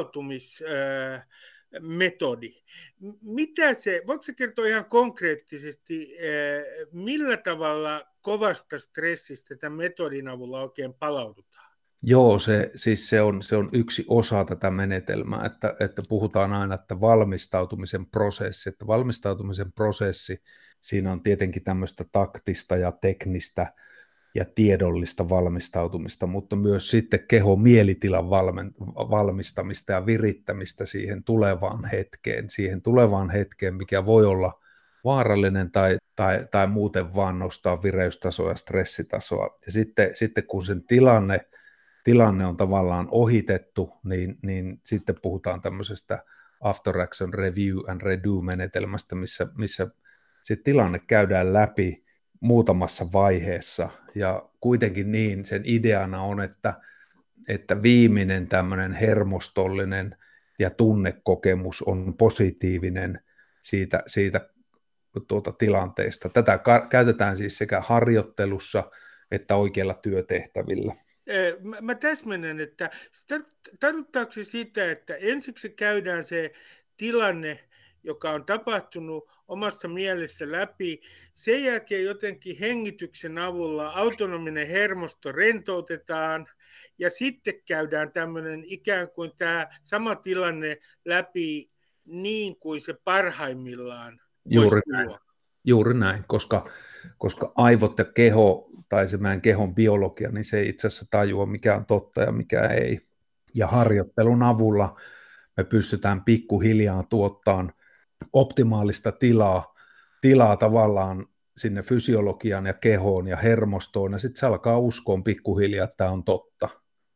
palautumismetodi. Äh, Mitä se, voiko se kertoa ihan konkreettisesti, äh, millä tavalla kovasta stressistä tämän metodin avulla oikein palaudutaan? Joo, se, siis se, on, se on yksi osa tätä menetelmää, että, että puhutaan aina, että valmistautumisen prosessi, että valmistautumisen prosessi, siinä on tietenkin tämmöistä taktista ja teknistä ja tiedollista valmistautumista, mutta myös sitten keho-mielitilan valmistamista ja virittämistä siihen tulevaan hetkeen, siihen tulevaan hetkeen, mikä voi olla vaarallinen tai, tai, tai muuten vaan nostaa vireystasoa ja stressitasoa. Ja sitten, sitten kun sen tilanne, tilanne on tavallaan ohitettu, niin, niin sitten puhutaan tämmöisestä after action review and redo-menetelmästä, missä, missä se tilanne käydään läpi muutamassa vaiheessa, ja kuitenkin niin sen ideana on, että, että viimeinen tämmöinen hermostollinen ja tunnekokemus on positiivinen siitä, siitä tuota tilanteesta. Tätä ka- käytetään siis sekä harjoittelussa että oikeilla työtehtävillä. Mä, mä täsmennän, että tarkoittaako se sitä, että ensiksi käydään se tilanne, joka on tapahtunut omassa mielessä läpi. Sen jälkeen jotenkin hengityksen avulla autonominen hermosto rentoutetaan ja sitten käydään tämmöinen ikään kuin tämä sama tilanne läpi niin kuin se parhaimmillaan Juuri näin, Juuri näin koska, koska aivot ja keho tai se meidän kehon biologia, niin se ei itse asiassa tajua, mikä on totta ja mikä ei. Ja harjoittelun avulla me pystytään pikkuhiljaa tuottamaan optimaalista tilaa, tilaa tavallaan sinne fysiologiaan ja kehoon ja hermostoon, ja sitten se alkaa uskoon pikkuhiljaa, että tämä on totta.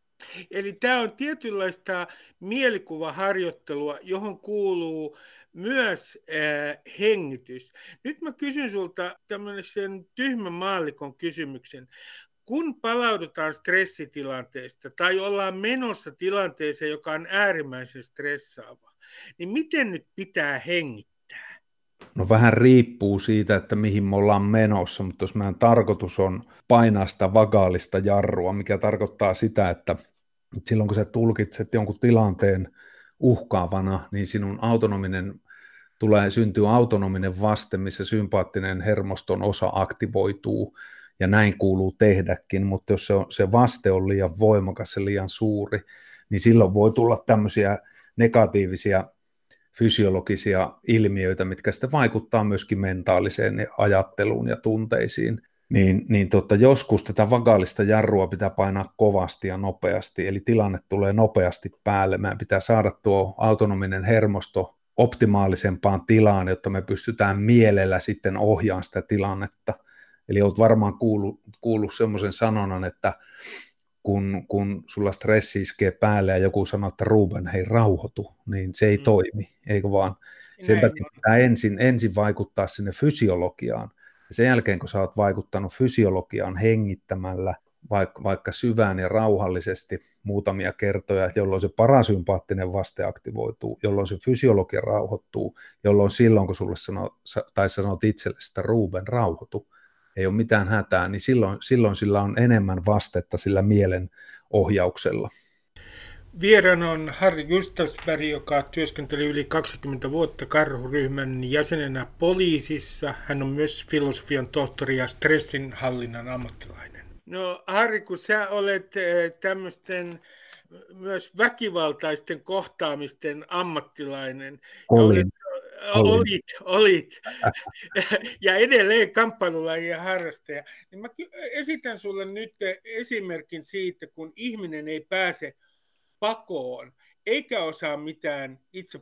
Eli tämä on tietynlaista mielikuvaharjoittelua, johon kuuluu myös äh, hengitys. Nyt mä kysyn sulta tämmöisen tyhmän maallikon kysymyksen. Kun palaudutaan stressitilanteesta tai ollaan menossa tilanteeseen, joka on äärimmäisen stressaava, niin miten nyt pitää hengittää? No vähän riippuu siitä, että mihin me ollaan menossa, mutta jos meidän tarkoitus on painaa sitä vagaalista jarrua, mikä tarkoittaa sitä, että silloin kun sä tulkitset jonkun tilanteen uhkaavana, niin sinun autonominen tulee syntyä autonominen vaste, missä sympaattinen hermoston osa aktivoituu, ja näin kuuluu tehdäkin, mutta jos se, on, se vaste on liian voimakas ja liian suuri, niin silloin voi tulla tämmöisiä negatiivisia fysiologisia ilmiöitä, mitkä sitten vaikuttaa myöskin mentaaliseen ajatteluun ja tunteisiin. Niin, niin tota, joskus tätä vagaalista jarrua pitää painaa kovasti ja nopeasti, eli tilanne tulee nopeasti päälle. Meidän pitää saada tuo autonominen hermosto optimaalisempaan tilaan, jotta me pystytään mielellä sitten ohjaamaan sitä tilannetta. Eli olet varmaan kuullut, kuullut semmoisen sanonnan, että kun, kun sulla stressi iskee päälle ja joku sanoo, että Ruben, hei rauhoitu, niin se ei mm. toimi, eikö vaan? Sen Näin takia pitää ensin, ensin vaikuttaa sinne fysiologiaan. Ja sen jälkeen, kun sä oot vaikuttanut fysiologiaan hengittämällä, vaikka, vaikka syvään ja rauhallisesti muutamia kertoja, jolloin se parasympaattinen vaste aktivoituu, jolloin se fysiologia rauhoittuu, jolloin silloin, kun sulle sanoo, tai sanot itselle sitä Ruben rauhoitu, ei ole mitään hätää, niin silloin, silloin sillä on enemmän vastetta sillä mielen ohjauksella. Vieraana on Harri Gustafsberg, joka työskenteli yli kaksikymmentä vuotta karhuryhmän jäsenenä poliisissa. Hän on myös filosofian tohtori ja stressinhallinnan ammattilainen. No Harri, kun sä olet tämmöisten myös väkivaltaisten kohtaamisten ammattilainen. Olin. Olit, olit. Ja edelleen kamppailulajien harrastaja. Niin mä esitän sulle nyt esimerkin siitä, kun ihminen ei pääse pakoon, eikä osaa mitään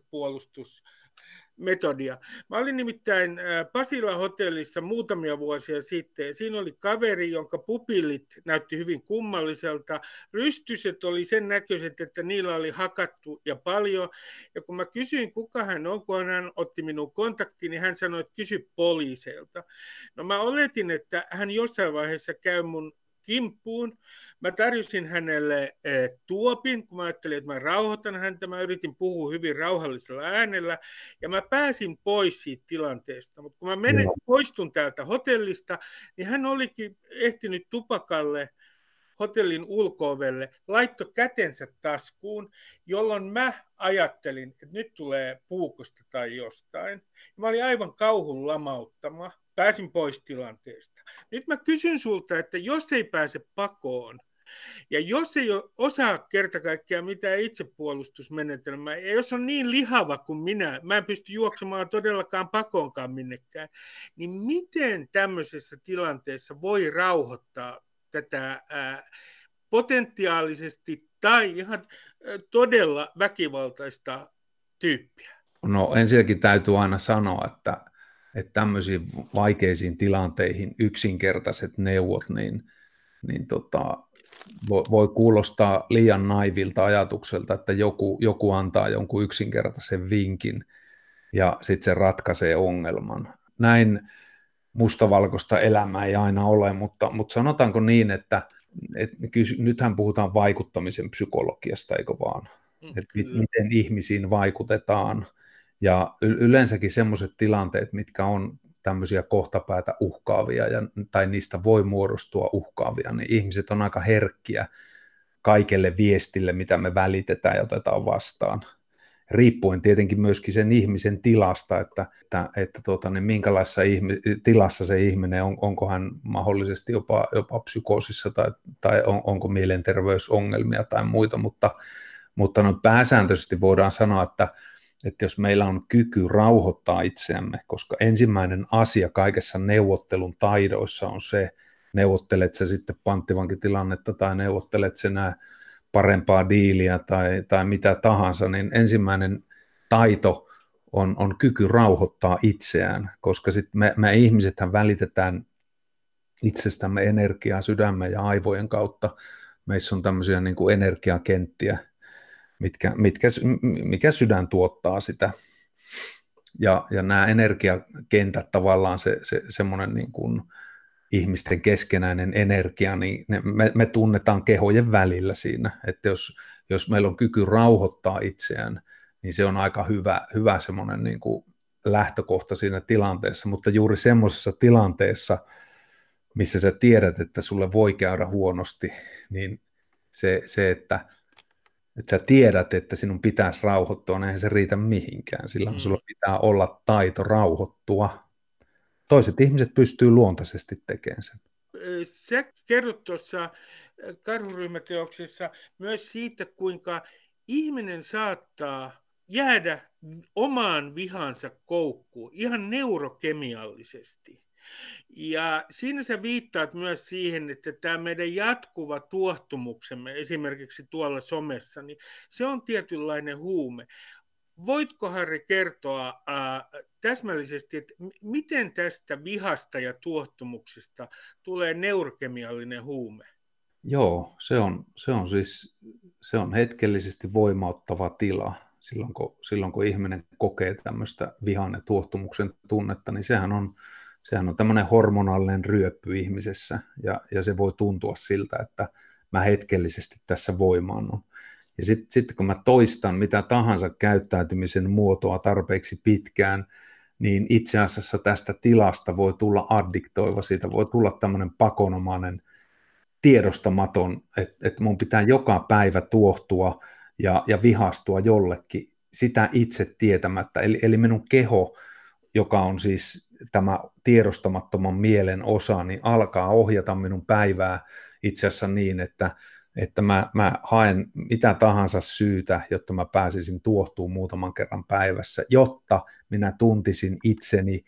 itsepuolustusmetodia. Mä olin nimittäin Pasila hotellissa muutamia vuosia sitten. Siinä oli kaveri, jonka pupillit näytti hyvin kummalliselta. Rystyset oli sen näköiset, että niillä oli hakattu ja paljon. Ja kun mä kysyin, kuka hän on, kun hän otti minun kontaktiin, niin hän sanoi, että kysy poliiseilta. No mä oletin, että hän jossain vaiheessa käy mun kimppuun. Mä tarjosin hänelle eh, tuopin, kun mä ajattelin, että mä rauhoitan häntä. Mä yritin puhua hyvin rauhallisella äänellä ja mä pääsin pois siitä tilanteesta. Mutta kun mä menen, no. poistun täältä hotellista, niin hän olikin ehtinyt tupakalle hotellin ulko-ovelle, laittoi kätensä taskuun, jolloin mä ajattelin, että nyt tulee puukosta tai jostain. Mä olin aivan kauhun lamauttama. Pääsin pois tilanteesta. Nyt mä kysyn sulta, että jos ei pääse pakoon, ja jos ei osaa kerta kaikkiaan mitään itsepuolustusmenetelmää, ja jos on niin lihava kuin minä, mä en pysty juoksemaan todellakaan pakoonkaan minnekään, niin miten tämmöisessä tilanteessa voi rauhoittaa tätä ää, potentiaalisesti tai ihan ää, todella väkivaltaista tyyppiä? No ensinnäkin täytyy aina sanoa, että että tämmöisiin vaikeisiin tilanteihin yksinkertaiset neuvot, niin, niin tota, voi, voi kuulostaa liian naivilta ajatukselta, että joku, joku antaa jonkun yksinkertaisen vinkin ja sitten se ratkaisee ongelman. Näin mustavalkoista elämää ei aina ole, mutta, mutta sanotaanko niin, että, että nythän puhutaan vaikuttamisen psykologiasta, eikö vaan? Että miten ihmisiin vaikutetaan. Ja yleensäkin sellaiset tilanteet, mitkä on tämmöisiä kohtapäätä uhkaavia ja, tai niistä voi muodostua uhkaavia, niin ihmiset on aika herkkiä kaikelle viestille, mitä me välitetään ja otetaan vastaan. Riippuen tietenkin myöskin sen ihmisen tilasta, että, että, että tuota, niin minkälaisessa ihmi, tilassa se ihminen on, onko hän mahdollisesti jopa, jopa psykoosissa tai, tai on, onko mielenterveysongelmia tai muita, mutta, mutta no pääsääntöisesti voidaan sanoa, että että jos meillä on kyky rauhoittaa itseämme, koska ensimmäinen asia kaikessa neuvottelun taidoissa on se, neuvottelet sä sitten panttivankitilannetta tai neuvottelet sä nää parempaa diiliä tai, tai mitä tahansa, niin ensimmäinen taito on, on kyky rauhoittaa itseään, koska sit me, me ihmisethän välitetään itsestämme energiaa sydämen ja aivojen kautta. Meissä on tämmöisiä niin kuin energiakenttiä, Mitkä, mitkä, mikä sydän tuottaa sitä. Ja, ja nämä energiakentät, tavallaan se, se semmoinen niin kuin ihmisten keskenäinen energia, niin ne, me, me tunnetaan kehojen välillä siinä, että jos, jos meillä on kyky rauhoittaa itseään, niin se on aika hyvä, hyvä semmoinen niin kuin lähtökohta siinä tilanteessa, mutta juuri semmoisessa tilanteessa, missä sä tiedät, että sulle voi käydä huonosti, niin se, se että, että sä tiedät, että sinun pitäisi rauhoittua, niin eihän se riitä mihinkään. Silloin mm. sulla pitää olla taito rauhoittua. Toiset ihmiset pystyy luontaisesti tekemään sen. Sä kerrot tuossa Karhuryhmäteoksessa myös siitä, kuinka ihminen saattaa jäädä omaan vihansa koukkuun ihan neurokemiallisesti. Ja siinä sä viittaat myös siihen, että tämä meidän jatkuva tuohtumuksemme esimerkiksi tuolla somessa, niin se on tietynlainen huume. Voitko, Harri, kertoa äh, täsmällisesti, että m- miten tästä vihasta ja tuohtumuksesta tulee neurokemiallinen huume? Joo, se on, se on siis se on hetkellisesti voimauttava tila. Silloin kun, silloin kun ihminen kokee tämmöistä vihan ja tuohtumuksen tunnetta, niin sehän on, sehän on tämmöinen hormonaalinen ryöppy ihmisessä, ja, ja se voi tuntua siltä, että mä hetkellisesti tässä voimaannun. Ja sitten sit, kun mä toistan mitä tahansa käyttäytymisen muotoa tarpeeksi pitkään, niin itse asiassa tästä tilasta voi tulla addiktoiva, siitä voi tulla tämmöinen pakonomainen, tiedostamaton, että, että mun pitää joka päivä tuohtua ja, ja vihastua jollekin sitä itse tietämättä. Eli, eli minun keho, joka on siis tämä tiedostamattoman mielen osa, niin alkaa ohjata minun päivää itse asiassa niin, että, että mä, mä haen mitä tahansa syytä, jotta mä pääsisin tuohtumaan muutaman kerran päivässä, jotta minä tuntisin itseni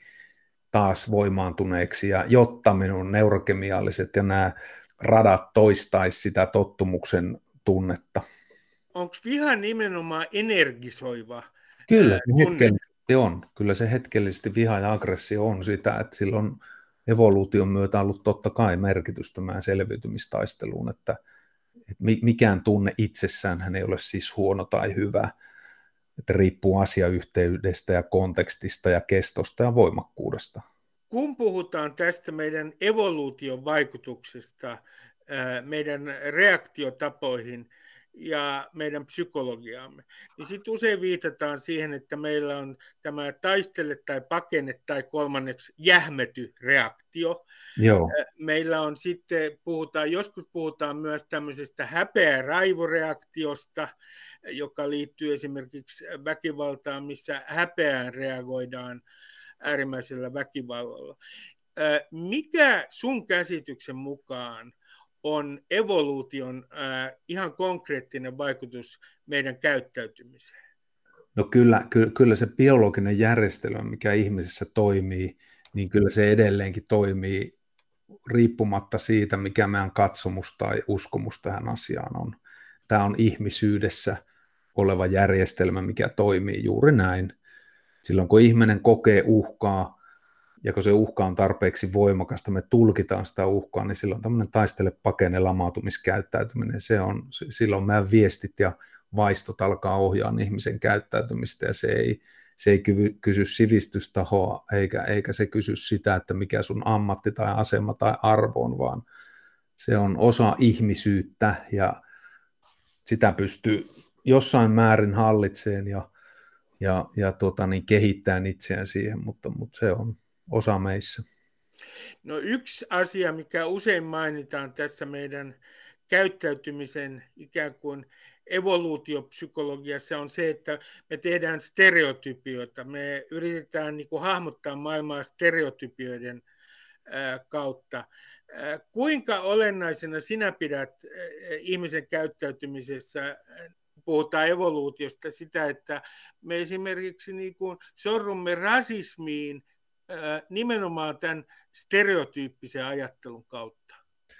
taas voimaantuneeksi ja jotta minun neurokemialliset ja nämä radat toistaisi sitä tottumuksen tunnetta. Onko viha nimenomaan energisoiva? Kyllä se hetkellisesti on. Kyllä se hetkellisesti viha ja aggressio on sitä, että sillä on evoluution myötä ollut totta kai merkitystä meidän selviytymistaisteluun, että, että mikään tunne itsessään hän ei ole siis huono tai hyvä, että riippuu asiayhteydestä ja kontekstista ja kestosta ja voimakkuudesta. Kun puhutaan tästä meidän evoluution vaikutuksesta, meidän reaktiotapoihin ja meidän psykologiaamme, niin sitten usein viitataan siihen, että meillä on tämä taistele tai pakene tai kolmanneksi jähmety reaktio. Joo. Meillä on sitten, puhutaan, joskus puhutaan myös tämmöisestä häpeä- ja raivoreaktiosta, joka liittyy esimerkiksi väkivaltaan, missä häpeään reagoidaan äärimmäisellä väkivallalla. Mikä sun käsityksen mukaan on evoluution äh, ihan konkreettinen vaikutus meidän käyttäytymiseen? No kyllä, ky- kyllä se biologinen järjestelmä, mikä ihmisessä toimii, niin kyllä se edelleenkin toimii riippumatta siitä, mikä meidän katsomus tai uskomus tähän asiaan on. Tämä on ihmisyydessä oleva järjestelmä, mikä toimii juuri näin. Silloin kun ihminen kokee uhkaa, ja kun se uhka on tarpeeksi voimakasta, me tulkitaan sitä uhkaa, niin silloin tämmöinen taistele, pakene, lamautumiskäyttäytyminen, se on, silloin meidän viestit ja vaistot alkaa ohjaa ihmisen käyttäytymistä, ja se ei, se ei kyvy, kysy sivistystahoa, eikä, eikä se kysy sitä, että mikä sun ammatti tai asema tai arvo on, vaan se on osa ihmisyyttä, ja sitä pystyy jossain määrin hallitseen ja, ja, ja tota, niin kehittämään itseään siihen, mutta, mutta se on osa meissä. No yksi asia, mikä usein mainitaan tässä meidän käyttäytymisen ikään kuin evoluutiopsykologiassa on se, että me tehdään stereotypioita. Me yritetään niin kuin hahmottaa maailmaa stereotypioiden kautta. Kuinka olennaisena sinä pidät ihmisen käyttäytymisessä, puhutaan evoluutiosta, sitä, että me esimerkiksi niin kuin sorrumme rasismiin nimenomaan tämän stereotyyppisen ajattelun kautta?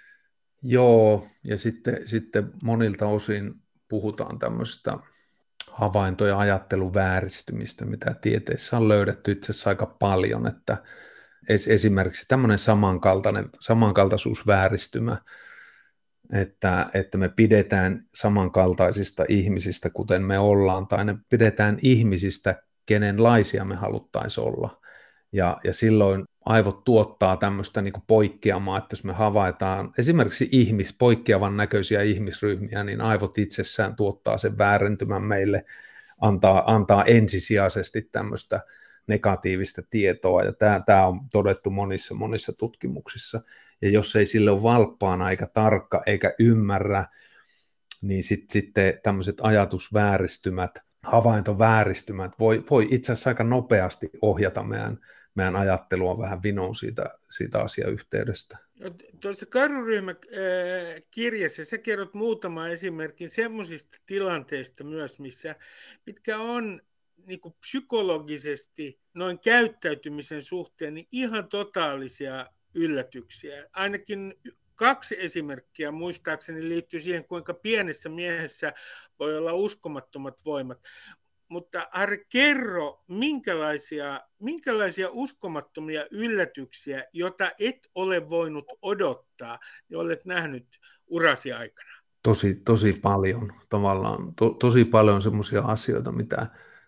Joo, ja sitten, sitten monilta osin puhutaan tämmöistä havainto- ja ajattelun vääristymistä, mitä tieteessä on löydetty itse asiassa aika paljon, että esimerkiksi tämmöinen samankaltainen, samankaltaisuusvääristymä, että, että me pidetään samankaltaisista ihmisistä, kuten me ollaan, tai ne pidetään ihmisistä, kenenlaisia me haluttaisiin olla. Ja, ja silloin aivot tuottaa tämmöistä niin kuin poikkeamaa, että jos me havaitaan esimerkiksi ihmis, poikkeavan näköisiä ihmisryhmiä, niin aivot itsessään tuottaa sen väärentymän meille antaa, antaa ensisijaisesti tämmöistä negatiivista tietoa, ja tämä, tämä on todettu monissa, monissa tutkimuksissa, ja jos ei sille ole valppaana eikä tarkka eikä ymmärrä, niin sitten sit tämmöiset ajatusvääristymät, havaintovääristymät voi, voi itse asiassa aika nopeasti ohjata meidän, meidän ajattelua vähän vinoon siitä, siitä asiayhteydestä. Tuossa Karhu-ryhmä kirjassa sä kerrot muutama esimerkin semmoisista tilanteista myös, missä, mitkä on niin kuin psykologisesti noin käyttäytymisen suhteen niin ihan totaalisia yllätyksiä. Ainakin kaksi esimerkkiä muistaakseni liittyy siihen, kuinka pienessä miehessä voi olla uskomattomat voimat. Mutta Harri, kerro, minkälaisia, minkälaisia uskomattomia yllätyksiä, joita et ole voinut odottaa, niin olet nähnyt urasi aikana? Tosi, tosi paljon tavallaan, to, tosi paljon semmoisia asioita, mitä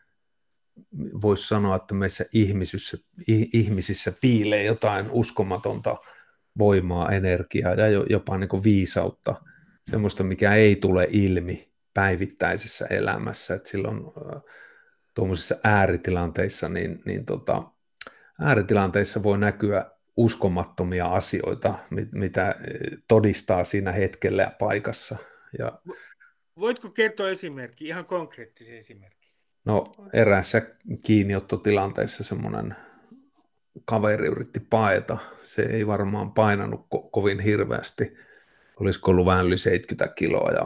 voisi sanoa, että meissä ihmisissä, ihmisissä piilee jotain uskomatonta voimaa, energiaa ja jopa niin kuin viisautta, semmoista, mikä ei tule ilmi päivittäisessä elämässä, että silloin äh, tuommoisissa ääritilanteissa, niin, niin tota, ääritilanteissa voi näkyä uskomattomia asioita, mit, mitä todistaa siinä hetkellä ja paikassa. Ja, voitko kertoa esimerkki, ihan konkreettisen esimerkin? No eräässä kiinniottotilanteessa semmoinen kaveri yritti paeta, se ei varmaan painanut ko- kovin hirveästi, olisiko ollut vähän yli seitsemänkymmentä kiloa ja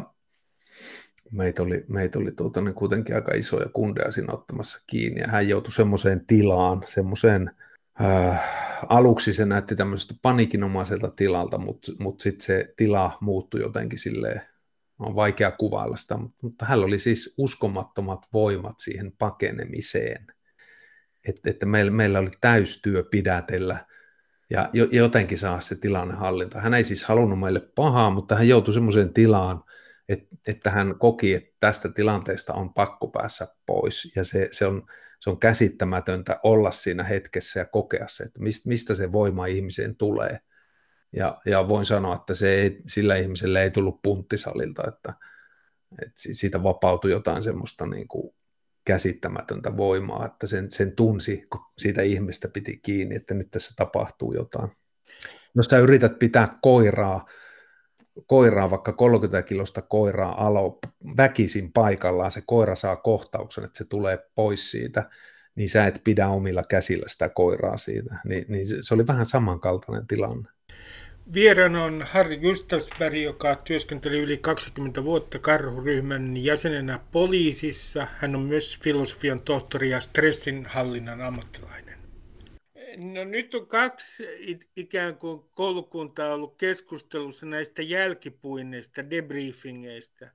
meitä oli, meitä oli tuota, niin kuitenkin aika isoja kundeja siinä ottamassa kiinni ja hän joutui semmoiseen tilaan, semmoiseen äh, aluksi se näytti tämmöisestä panikinomaiselta tilalta, mutta mut sitten se tila muuttui jotenkin silleen, on vaikea kuvailla sitä, mutta, mutta hänellä oli siis uskomattomat voimat siihen pakenemiseen, että, että meillä, meillä oli täystyö pidätellä ja jotenkin saa se tilanne hallinta. Hän ei siis halunnut meille pahaa, mutta hän joutui semmoiseen tilaan, että hän koki, että tästä tilanteesta on pakko päästä pois, ja se, se, on, se on käsittämätöntä olla siinä hetkessä ja kokea se, että mistä se voima ihmiseen tulee. Ja, ja voin sanoa, että se ei, sillä ihmisellä ei tullut punttisalilta, että, että siitä vapautui jotain semmoista niin kuin käsittämätöntä voimaa, että sen, sen tunsi, kun siitä ihmistä piti kiinni, että nyt tässä tapahtuu jotain. Jos sä yrität pitää koiraa, koiraa, vaikka kolmekymmentä kilosta koiraa alo väkisin paikallaan, se koira saa kohtauksen, että se tulee pois siitä, niin sä et pidä omilla käsillä sitä koiraa siitä. Ni, niin se oli vähän samankaltainen tilanne. Vieraana on Harri Gustafsberg, joka työskenteli yli kaksikymmentä vuotta Karhu-ryhmän jäsenenä poliisissa. Hän on myös filosofian tohtori ja stressinhallinnan ammattilainen. No, nyt on kaksi ikään kuin koulukuntaa ollut keskustelussa näistä jälkipuinneista, debriefingeistä.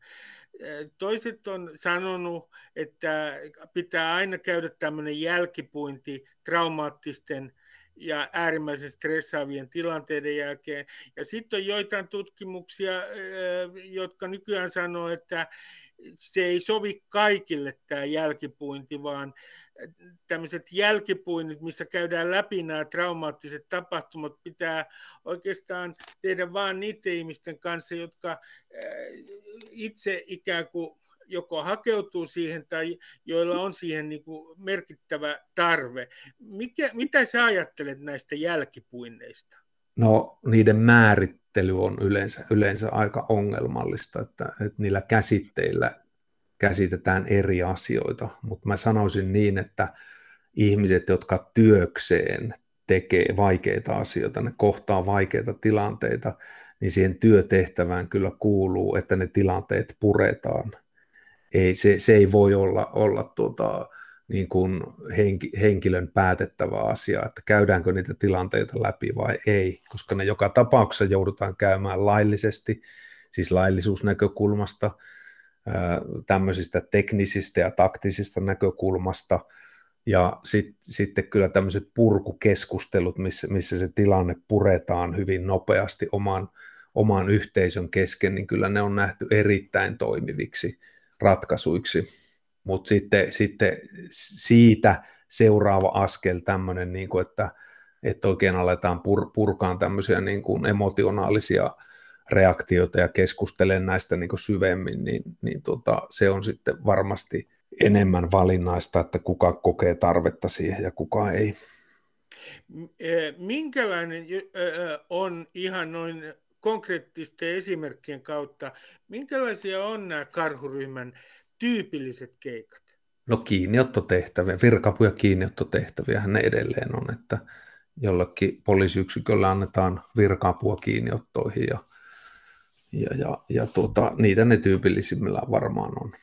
Toiset on sanonut, että pitää aina käydä tämmöinen jälkipuinti traumaattisten ja äärimmäisen stressaavien tilanteiden jälkeen. Ja sitten on joitain tutkimuksia, jotka nykyään sanoo, että se ei sovi kaikille tämä jälkipuinti, vaan tämmöiset jälkipuinnit, missä käydään läpi nämä traumaattiset tapahtumat, pitää oikeastaan tehdä vain niiden ihmisten kanssa, jotka itse ikään kuin joko hakeutuu siihen tai joilla on siihen niin kuin merkittävä tarve. Mikä, mitä sä ajattelet näistä jälkipuinneista? No niiden määrittely on yleensä, yleensä aika ongelmallista, että, että niillä käsitteillä käsitetään eri asioita, mutta mä sanoisin niin, että ihmiset, jotka työkseen tekee vaikeita asioita, ne kohtaa vaikeita tilanteita, niin siihen työtehtävään kyllä kuuluu, että ne tilanteet puretaan. Ei, se, se ei voi olla, olla tuota, niin kuin henki, henkilön päätettävä asia, että käydäänkö niitä tilanteita läpi vai ei, koska ne joka tapauksessa joudutaan käymään laillisesti, siis laillisuusnäkökulmasta, tämmöisistä teknisistä ja taktisista näkökulmasta, ja sit, sitten kyllä tämmöiset purkukeskustelut, missä, missä se tilanne puretaan hyvin nopeasti oman, oman yhteisön kesken, niin kyllä ne on nähty erittäin toimiviksi ratkaisuiksi, mutta sitten, sitten siitä seuraava askel tämmöinen, niin kuin että, että oikein aletaan pur, purkaan tämmöisiä niin kuin emotionaalisia reaktioita ja keskustelemaan näistä niin kuin syvemmin, niin, niin tota, se on sitten varmasti enemmän valinnaista, että kuka kokee tarvetta siihen ja kuka ei. Minkälainen on ihan noin konkreettisten esimerkkien kautta, minkälaisia on nämä karhuryhmän tyypilliset keikat? No kiinniottotehtäviä, virka-apu- ja kiinniottotehtäviähän ne edelleen on, että jollekin poliisiyksikölle annetaan virka-apua kiinniottoihin ja, ja, ja, ja tuota, niitä ne tyypillisimmillään varmaan on.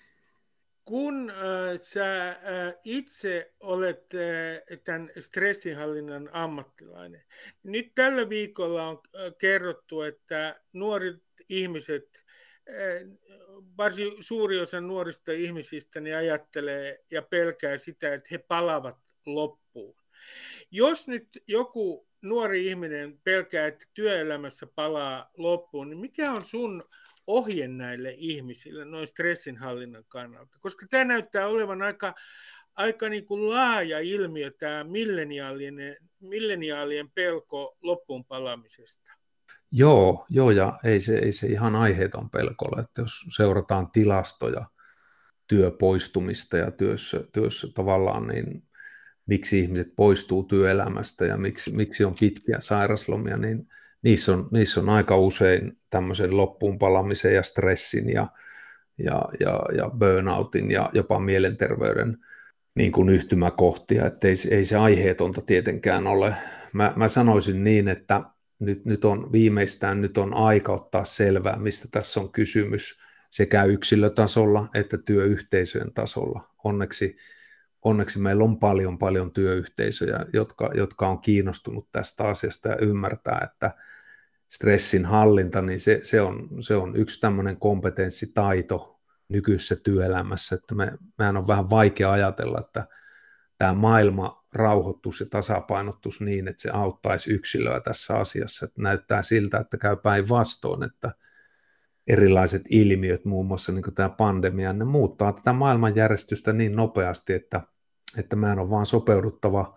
Kun äh, sä äh, itse olet äh, tämän stressinhallinnan ammattilainen, niin nyt tällä viikolla on äh, kerrottu, että nuoret ihmiset, äh, varsin suuri osa nuorista ihmisistä niin ajattelee ja pelkää sitä, että he palavat loppuun. Jos nyt joku nuori ihminen pelkää, että työelämässä palaa loppuun, niin mikä on sun ohje näille ihmisille noin stressinhallinnan kannalta? Koska tämä näyttää olevan aika, aika niin kuin laaja ilmiö, tämä milleniaalien, milleniaalien pelko loppuun palaamisesta. Joo, joo ja ei se, ei se ihan aiheeton pelko ole, että jos seurataan tilastoja työpoistumista ja työssä, työssä tavallaan, niin miksi ihmiset poistuu työelämästä ja miksi, miksi on pitkiä sairaslomia, niin niissä on, niissä on aika usein tämmöisen loppuun palamisen ja stressin ja, ja, ja, ja burnoutin ja jopa mielenterveyden niin kuin yhtymäkohtia, että ei, ei se aiheetonta tietenkään ole. Mä, mä sanoisin niin, että nyt, nyt on viimeistään nyt on aika ottaa selvää, mistä tässä on kysymys sekä yksilötasolla että työyhteisöjen tasolla. Onneksi Onneksi meillä on paljon, paljon työyhteisöjä, jotka, jotka on kiinnostunut tästä asiasta ja ymmärtää, että stressin hallinta, niin se, se, on, se on yksi tämmöinen kompetenssitaito nykyisessä työelämässä, että me, mehän on vähän vaikea ajatella, että tämä maailma rauhoittuisi ja tasapainottuisi niin, että se auttaisi yksilöä tässä asiassa. Että näyttää siltä, että käy päinvastoin, että erilaiset ilmiöt, muun muassa niin kuin tämä pandemia, ne muuttaa tätä maailmanjärjestystä niin nopeasti, että, että meidän on vaan sopeuduttava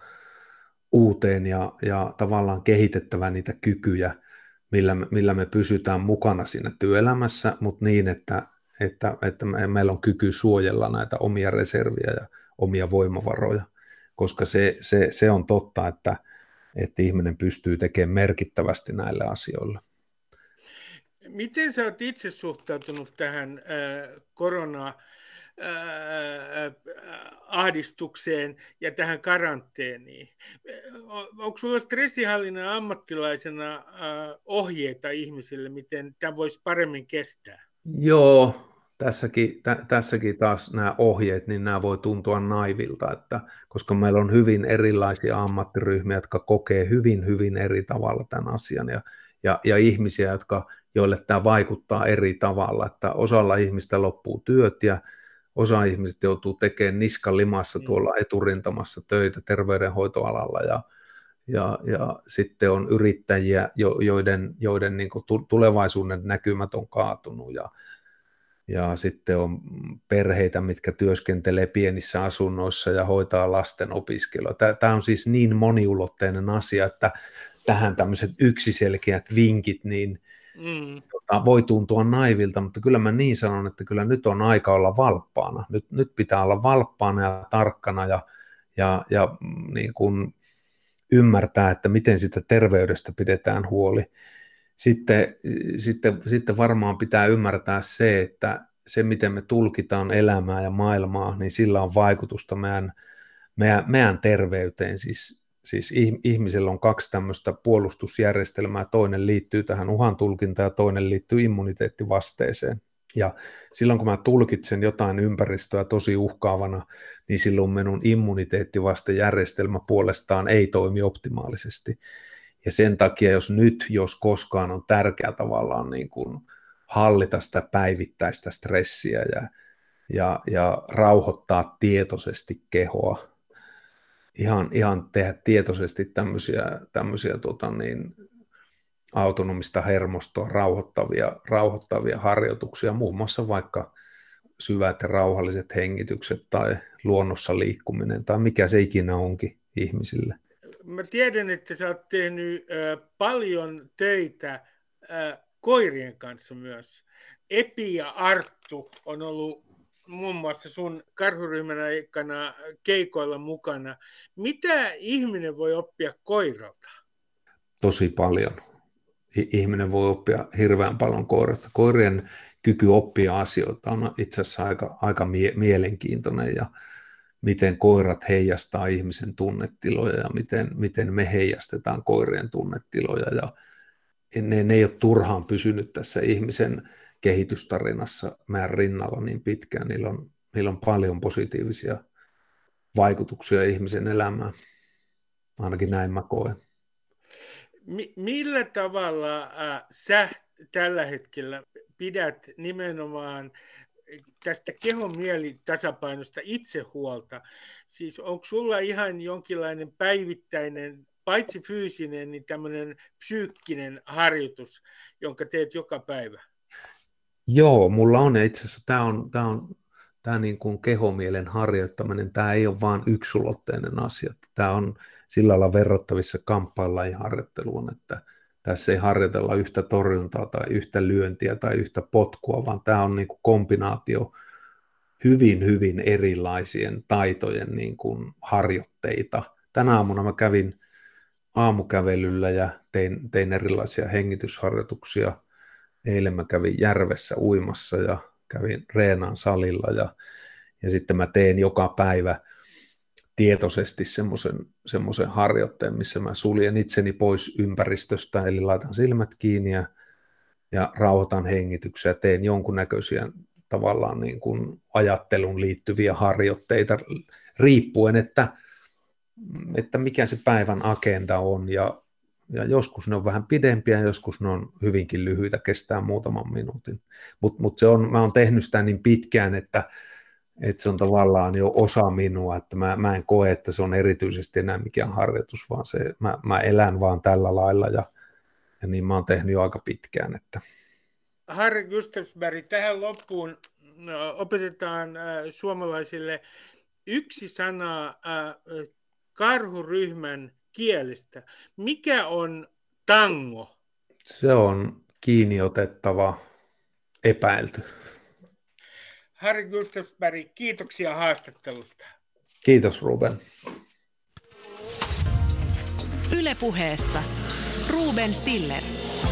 uuteen ja, ja tavallaan kehitettävä niitä kykyjä, millä me, millä me pysytään mukana siinä työelämässä, mutta niin, että, että, että me, meillä on kyky suojella näitä omia reserviä ja omia voimavaroja, koska se, se, se on totta, että, että ihminen pystyy tekemään merkittävästi näille asioille. Miten sä oot itse suhtautunut tähän äh, korona-ahdistukseen ja tähän karanteeniin? Onko sulla stressihallinnan ammattilaisena äh, ohjeita ihmisille, miten tämä voisi paremmin kestää? Joo, tässäkin, tä, tässäkin taas nämä ohjeet, niin nämä voi tuntua naivilta, että, koska meillä on hyvin erilaisia ammattiryhmiä, jotka kokee hyvin, hyvin eri tavalla tämän asian ja, ja, ja ihmisiä, jotka joille tämä vaikuttaa eri tavalla, että osalla ihmistä loppuu työt ja osa ihmisistä joutuu tekemään niskan limassa tuolla eturintamassa töitä terveydenhoitoalalla ja, ja, ja sitten on yrittäjiä, joiden, joiden niin kuin tulevaisuuden näkymät on kaatunut ja, ja sitten on perheitä, mitkä työskentelee pienissä asunnoissa ja hoitaa lasten opiskelua. Tämä on siis niin moniulotteinen asia, että tähän tämmöiset yksiselkeät vinkit, niin Mm. voi tuntua naivilta, mutta kyllä mä niin sanon, että kyllä nyt on aika olla valppaana. Nyt, nyt pitää olla valppaana ja tarkkana ja, ja, ja niin kuin ymmärtää, että miten sitä terveydestä pidetään huoli. Sitten, sitten, sitten varmaan pitää ymmärtää se, että se miten me tulkitaan elämää ja maailmaa, niin sillä on vaikutusta meidän, meidän, meidän terveyteen. Siis Siis ihmisellä on kaksi tämmöistä puolustusjärjestelmää, toinen liittyy tähän uhan tulkintaan ja toinen liittyy immuniteettivasteeseen. Ja silloin kun mä tulkitsen jotain ympäristöä tosi uhkaavana, niin silloin minun immuniteettivastejärjestelmä puolestaan ei toimi optimaalisesti. Ja sen takia, jos nyt, jos koskaan on tärkeää tavallaan niin kuin hallita sitä päivittäistä stressiä ja, ja, ja rauhoittaa tietoisesti kehoa, Ihan, ihan tehdä tietoisesti tämmöisiä, tämmöisiä tota niin, autonomista hermostoa rauhoittavia, rauhoittavia harjoituksia, muun muassa vaikka syvät ja rauhalliset hengitykset tai luonnossa liikkuminen tai mikä se ikinä onkin ihmisille. Mä tiedän, että sä oot tehnyt äh, paljon töitä äh, koirien kanssa myös. Epi ja Arttu on ollut muun muassa sun karhuryhmän aikana keikoilla mukana. Mitä ihminen voi oppia koiralta? Tosi paljon. Ihminen voi oppia hirveän paljon koirasta. Koirien kyky oppia asioita on itse asiassa aika, aika mie- mielenkiintoinen ja miten koirat heijastaa ihmisen tunnetiloja ja miten, miten me heijastetaan koirien tunnetiloja. Ja ne, ne ei ole turhaan pysynyt tässä ihmisen kehitystarinassa meidän rinnalla niin pitkään. Niillä on, niillä on paljon positiivisia vaikutuksia ihmisen elämään. Ainakin näin mä koen. Millä tavalla äh, sä tällä hetkellä pidät nimenomaan tästä kehon-mieli-tasapainosta itse huolta? Siis onko sulla ihan jonkinlainen päivittäinen, paitsi fyysinen, niin tämmöinen psyykkinen harjoitus, jonka teet joka päivä? Joo, mulla on itse asiassa, tämä on, tämä on tämä niin kuin kehomielen harjoittaminen, tämä ei ole vain yksulotteinen asia. Tämä on sillä lailla verrattavissa kamppainlajiharjoitteluun, että tässä ei harjoitella yhtä torjuntaa tai yhtä lyöntiä tai yhtä potkua, vaan tämä on niin kuin kombinaatio hyvin, hyvin erilaisien taitojen niin kuin harjoitteita. Tänä aamuna mä kävin aamukävelyllä ja tein, tein erilaisia hengitysharjoituksia. Eilen mä kävin järvessä uimassa ja kävin reenaan salilla ja, ja sitten mä teen joka päivä tietoisesti semmoisen, semmoisen harjoitteen, missä mä suljen itseni pois ympäristöstä, eli laitan silmät kiinni ja, ja rauhoitan hengityksiä ja teen jonkunnäköisiä tavallaan niin kuin ajatteluun liittyviä harjoitteita riippuen, että, että mikä se päivän agenda on ja, ja joskus ne on vähän pidempiä, joskus ne on hyvinkin lyhyitä, kestää muutaman minuutin, mutta mut se on, mä oon tehnyt sitä niin pitkään, että että se on tavallaan jo osa minua, että mä, mä en koe, että se on erityisesti enää mikään harjoitus, vaan se, mä, mä elän vaan tällä lailla ja, ja niin mä oon tehnyt jo aika pitkään. Että. Harri Gustafsberg, tähän loppuun opetetaan äh, suomalaisille yksi sana äh, karhuryhmän kielestä. Mikä on tango? Se on kiinniotettava epäilty. Harri Gustafsberg, kiitoksia haastattelusta. Kiitos, Ruben. Yle Puheessa Ruben Stiller.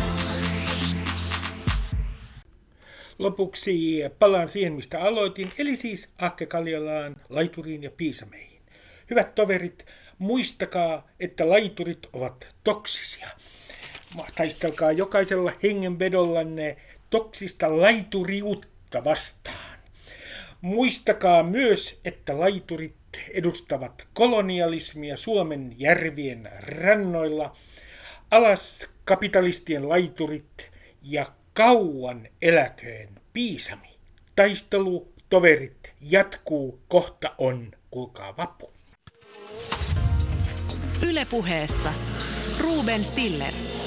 Lopuksi palaan siihen, mistä aloitin, eli siis Akke Kaljalaan, laituriin ja piisameihin. Hyvät toverit, muistakaa, että laiturit ovat toksisia. Taistelkaa jokaisella hengenvedollanne toksista laituriutta vastaan. Muistakaa myös, että laiturit edustavat kolonialismia Suomen järvien rannoilla. Alas kapitalistien laiturit ja kauan eläköön piisami. Taistelu, toverit, jatkuu, kohta on, kuulkaa vappu. Yle Puheessa Ruben Stiller.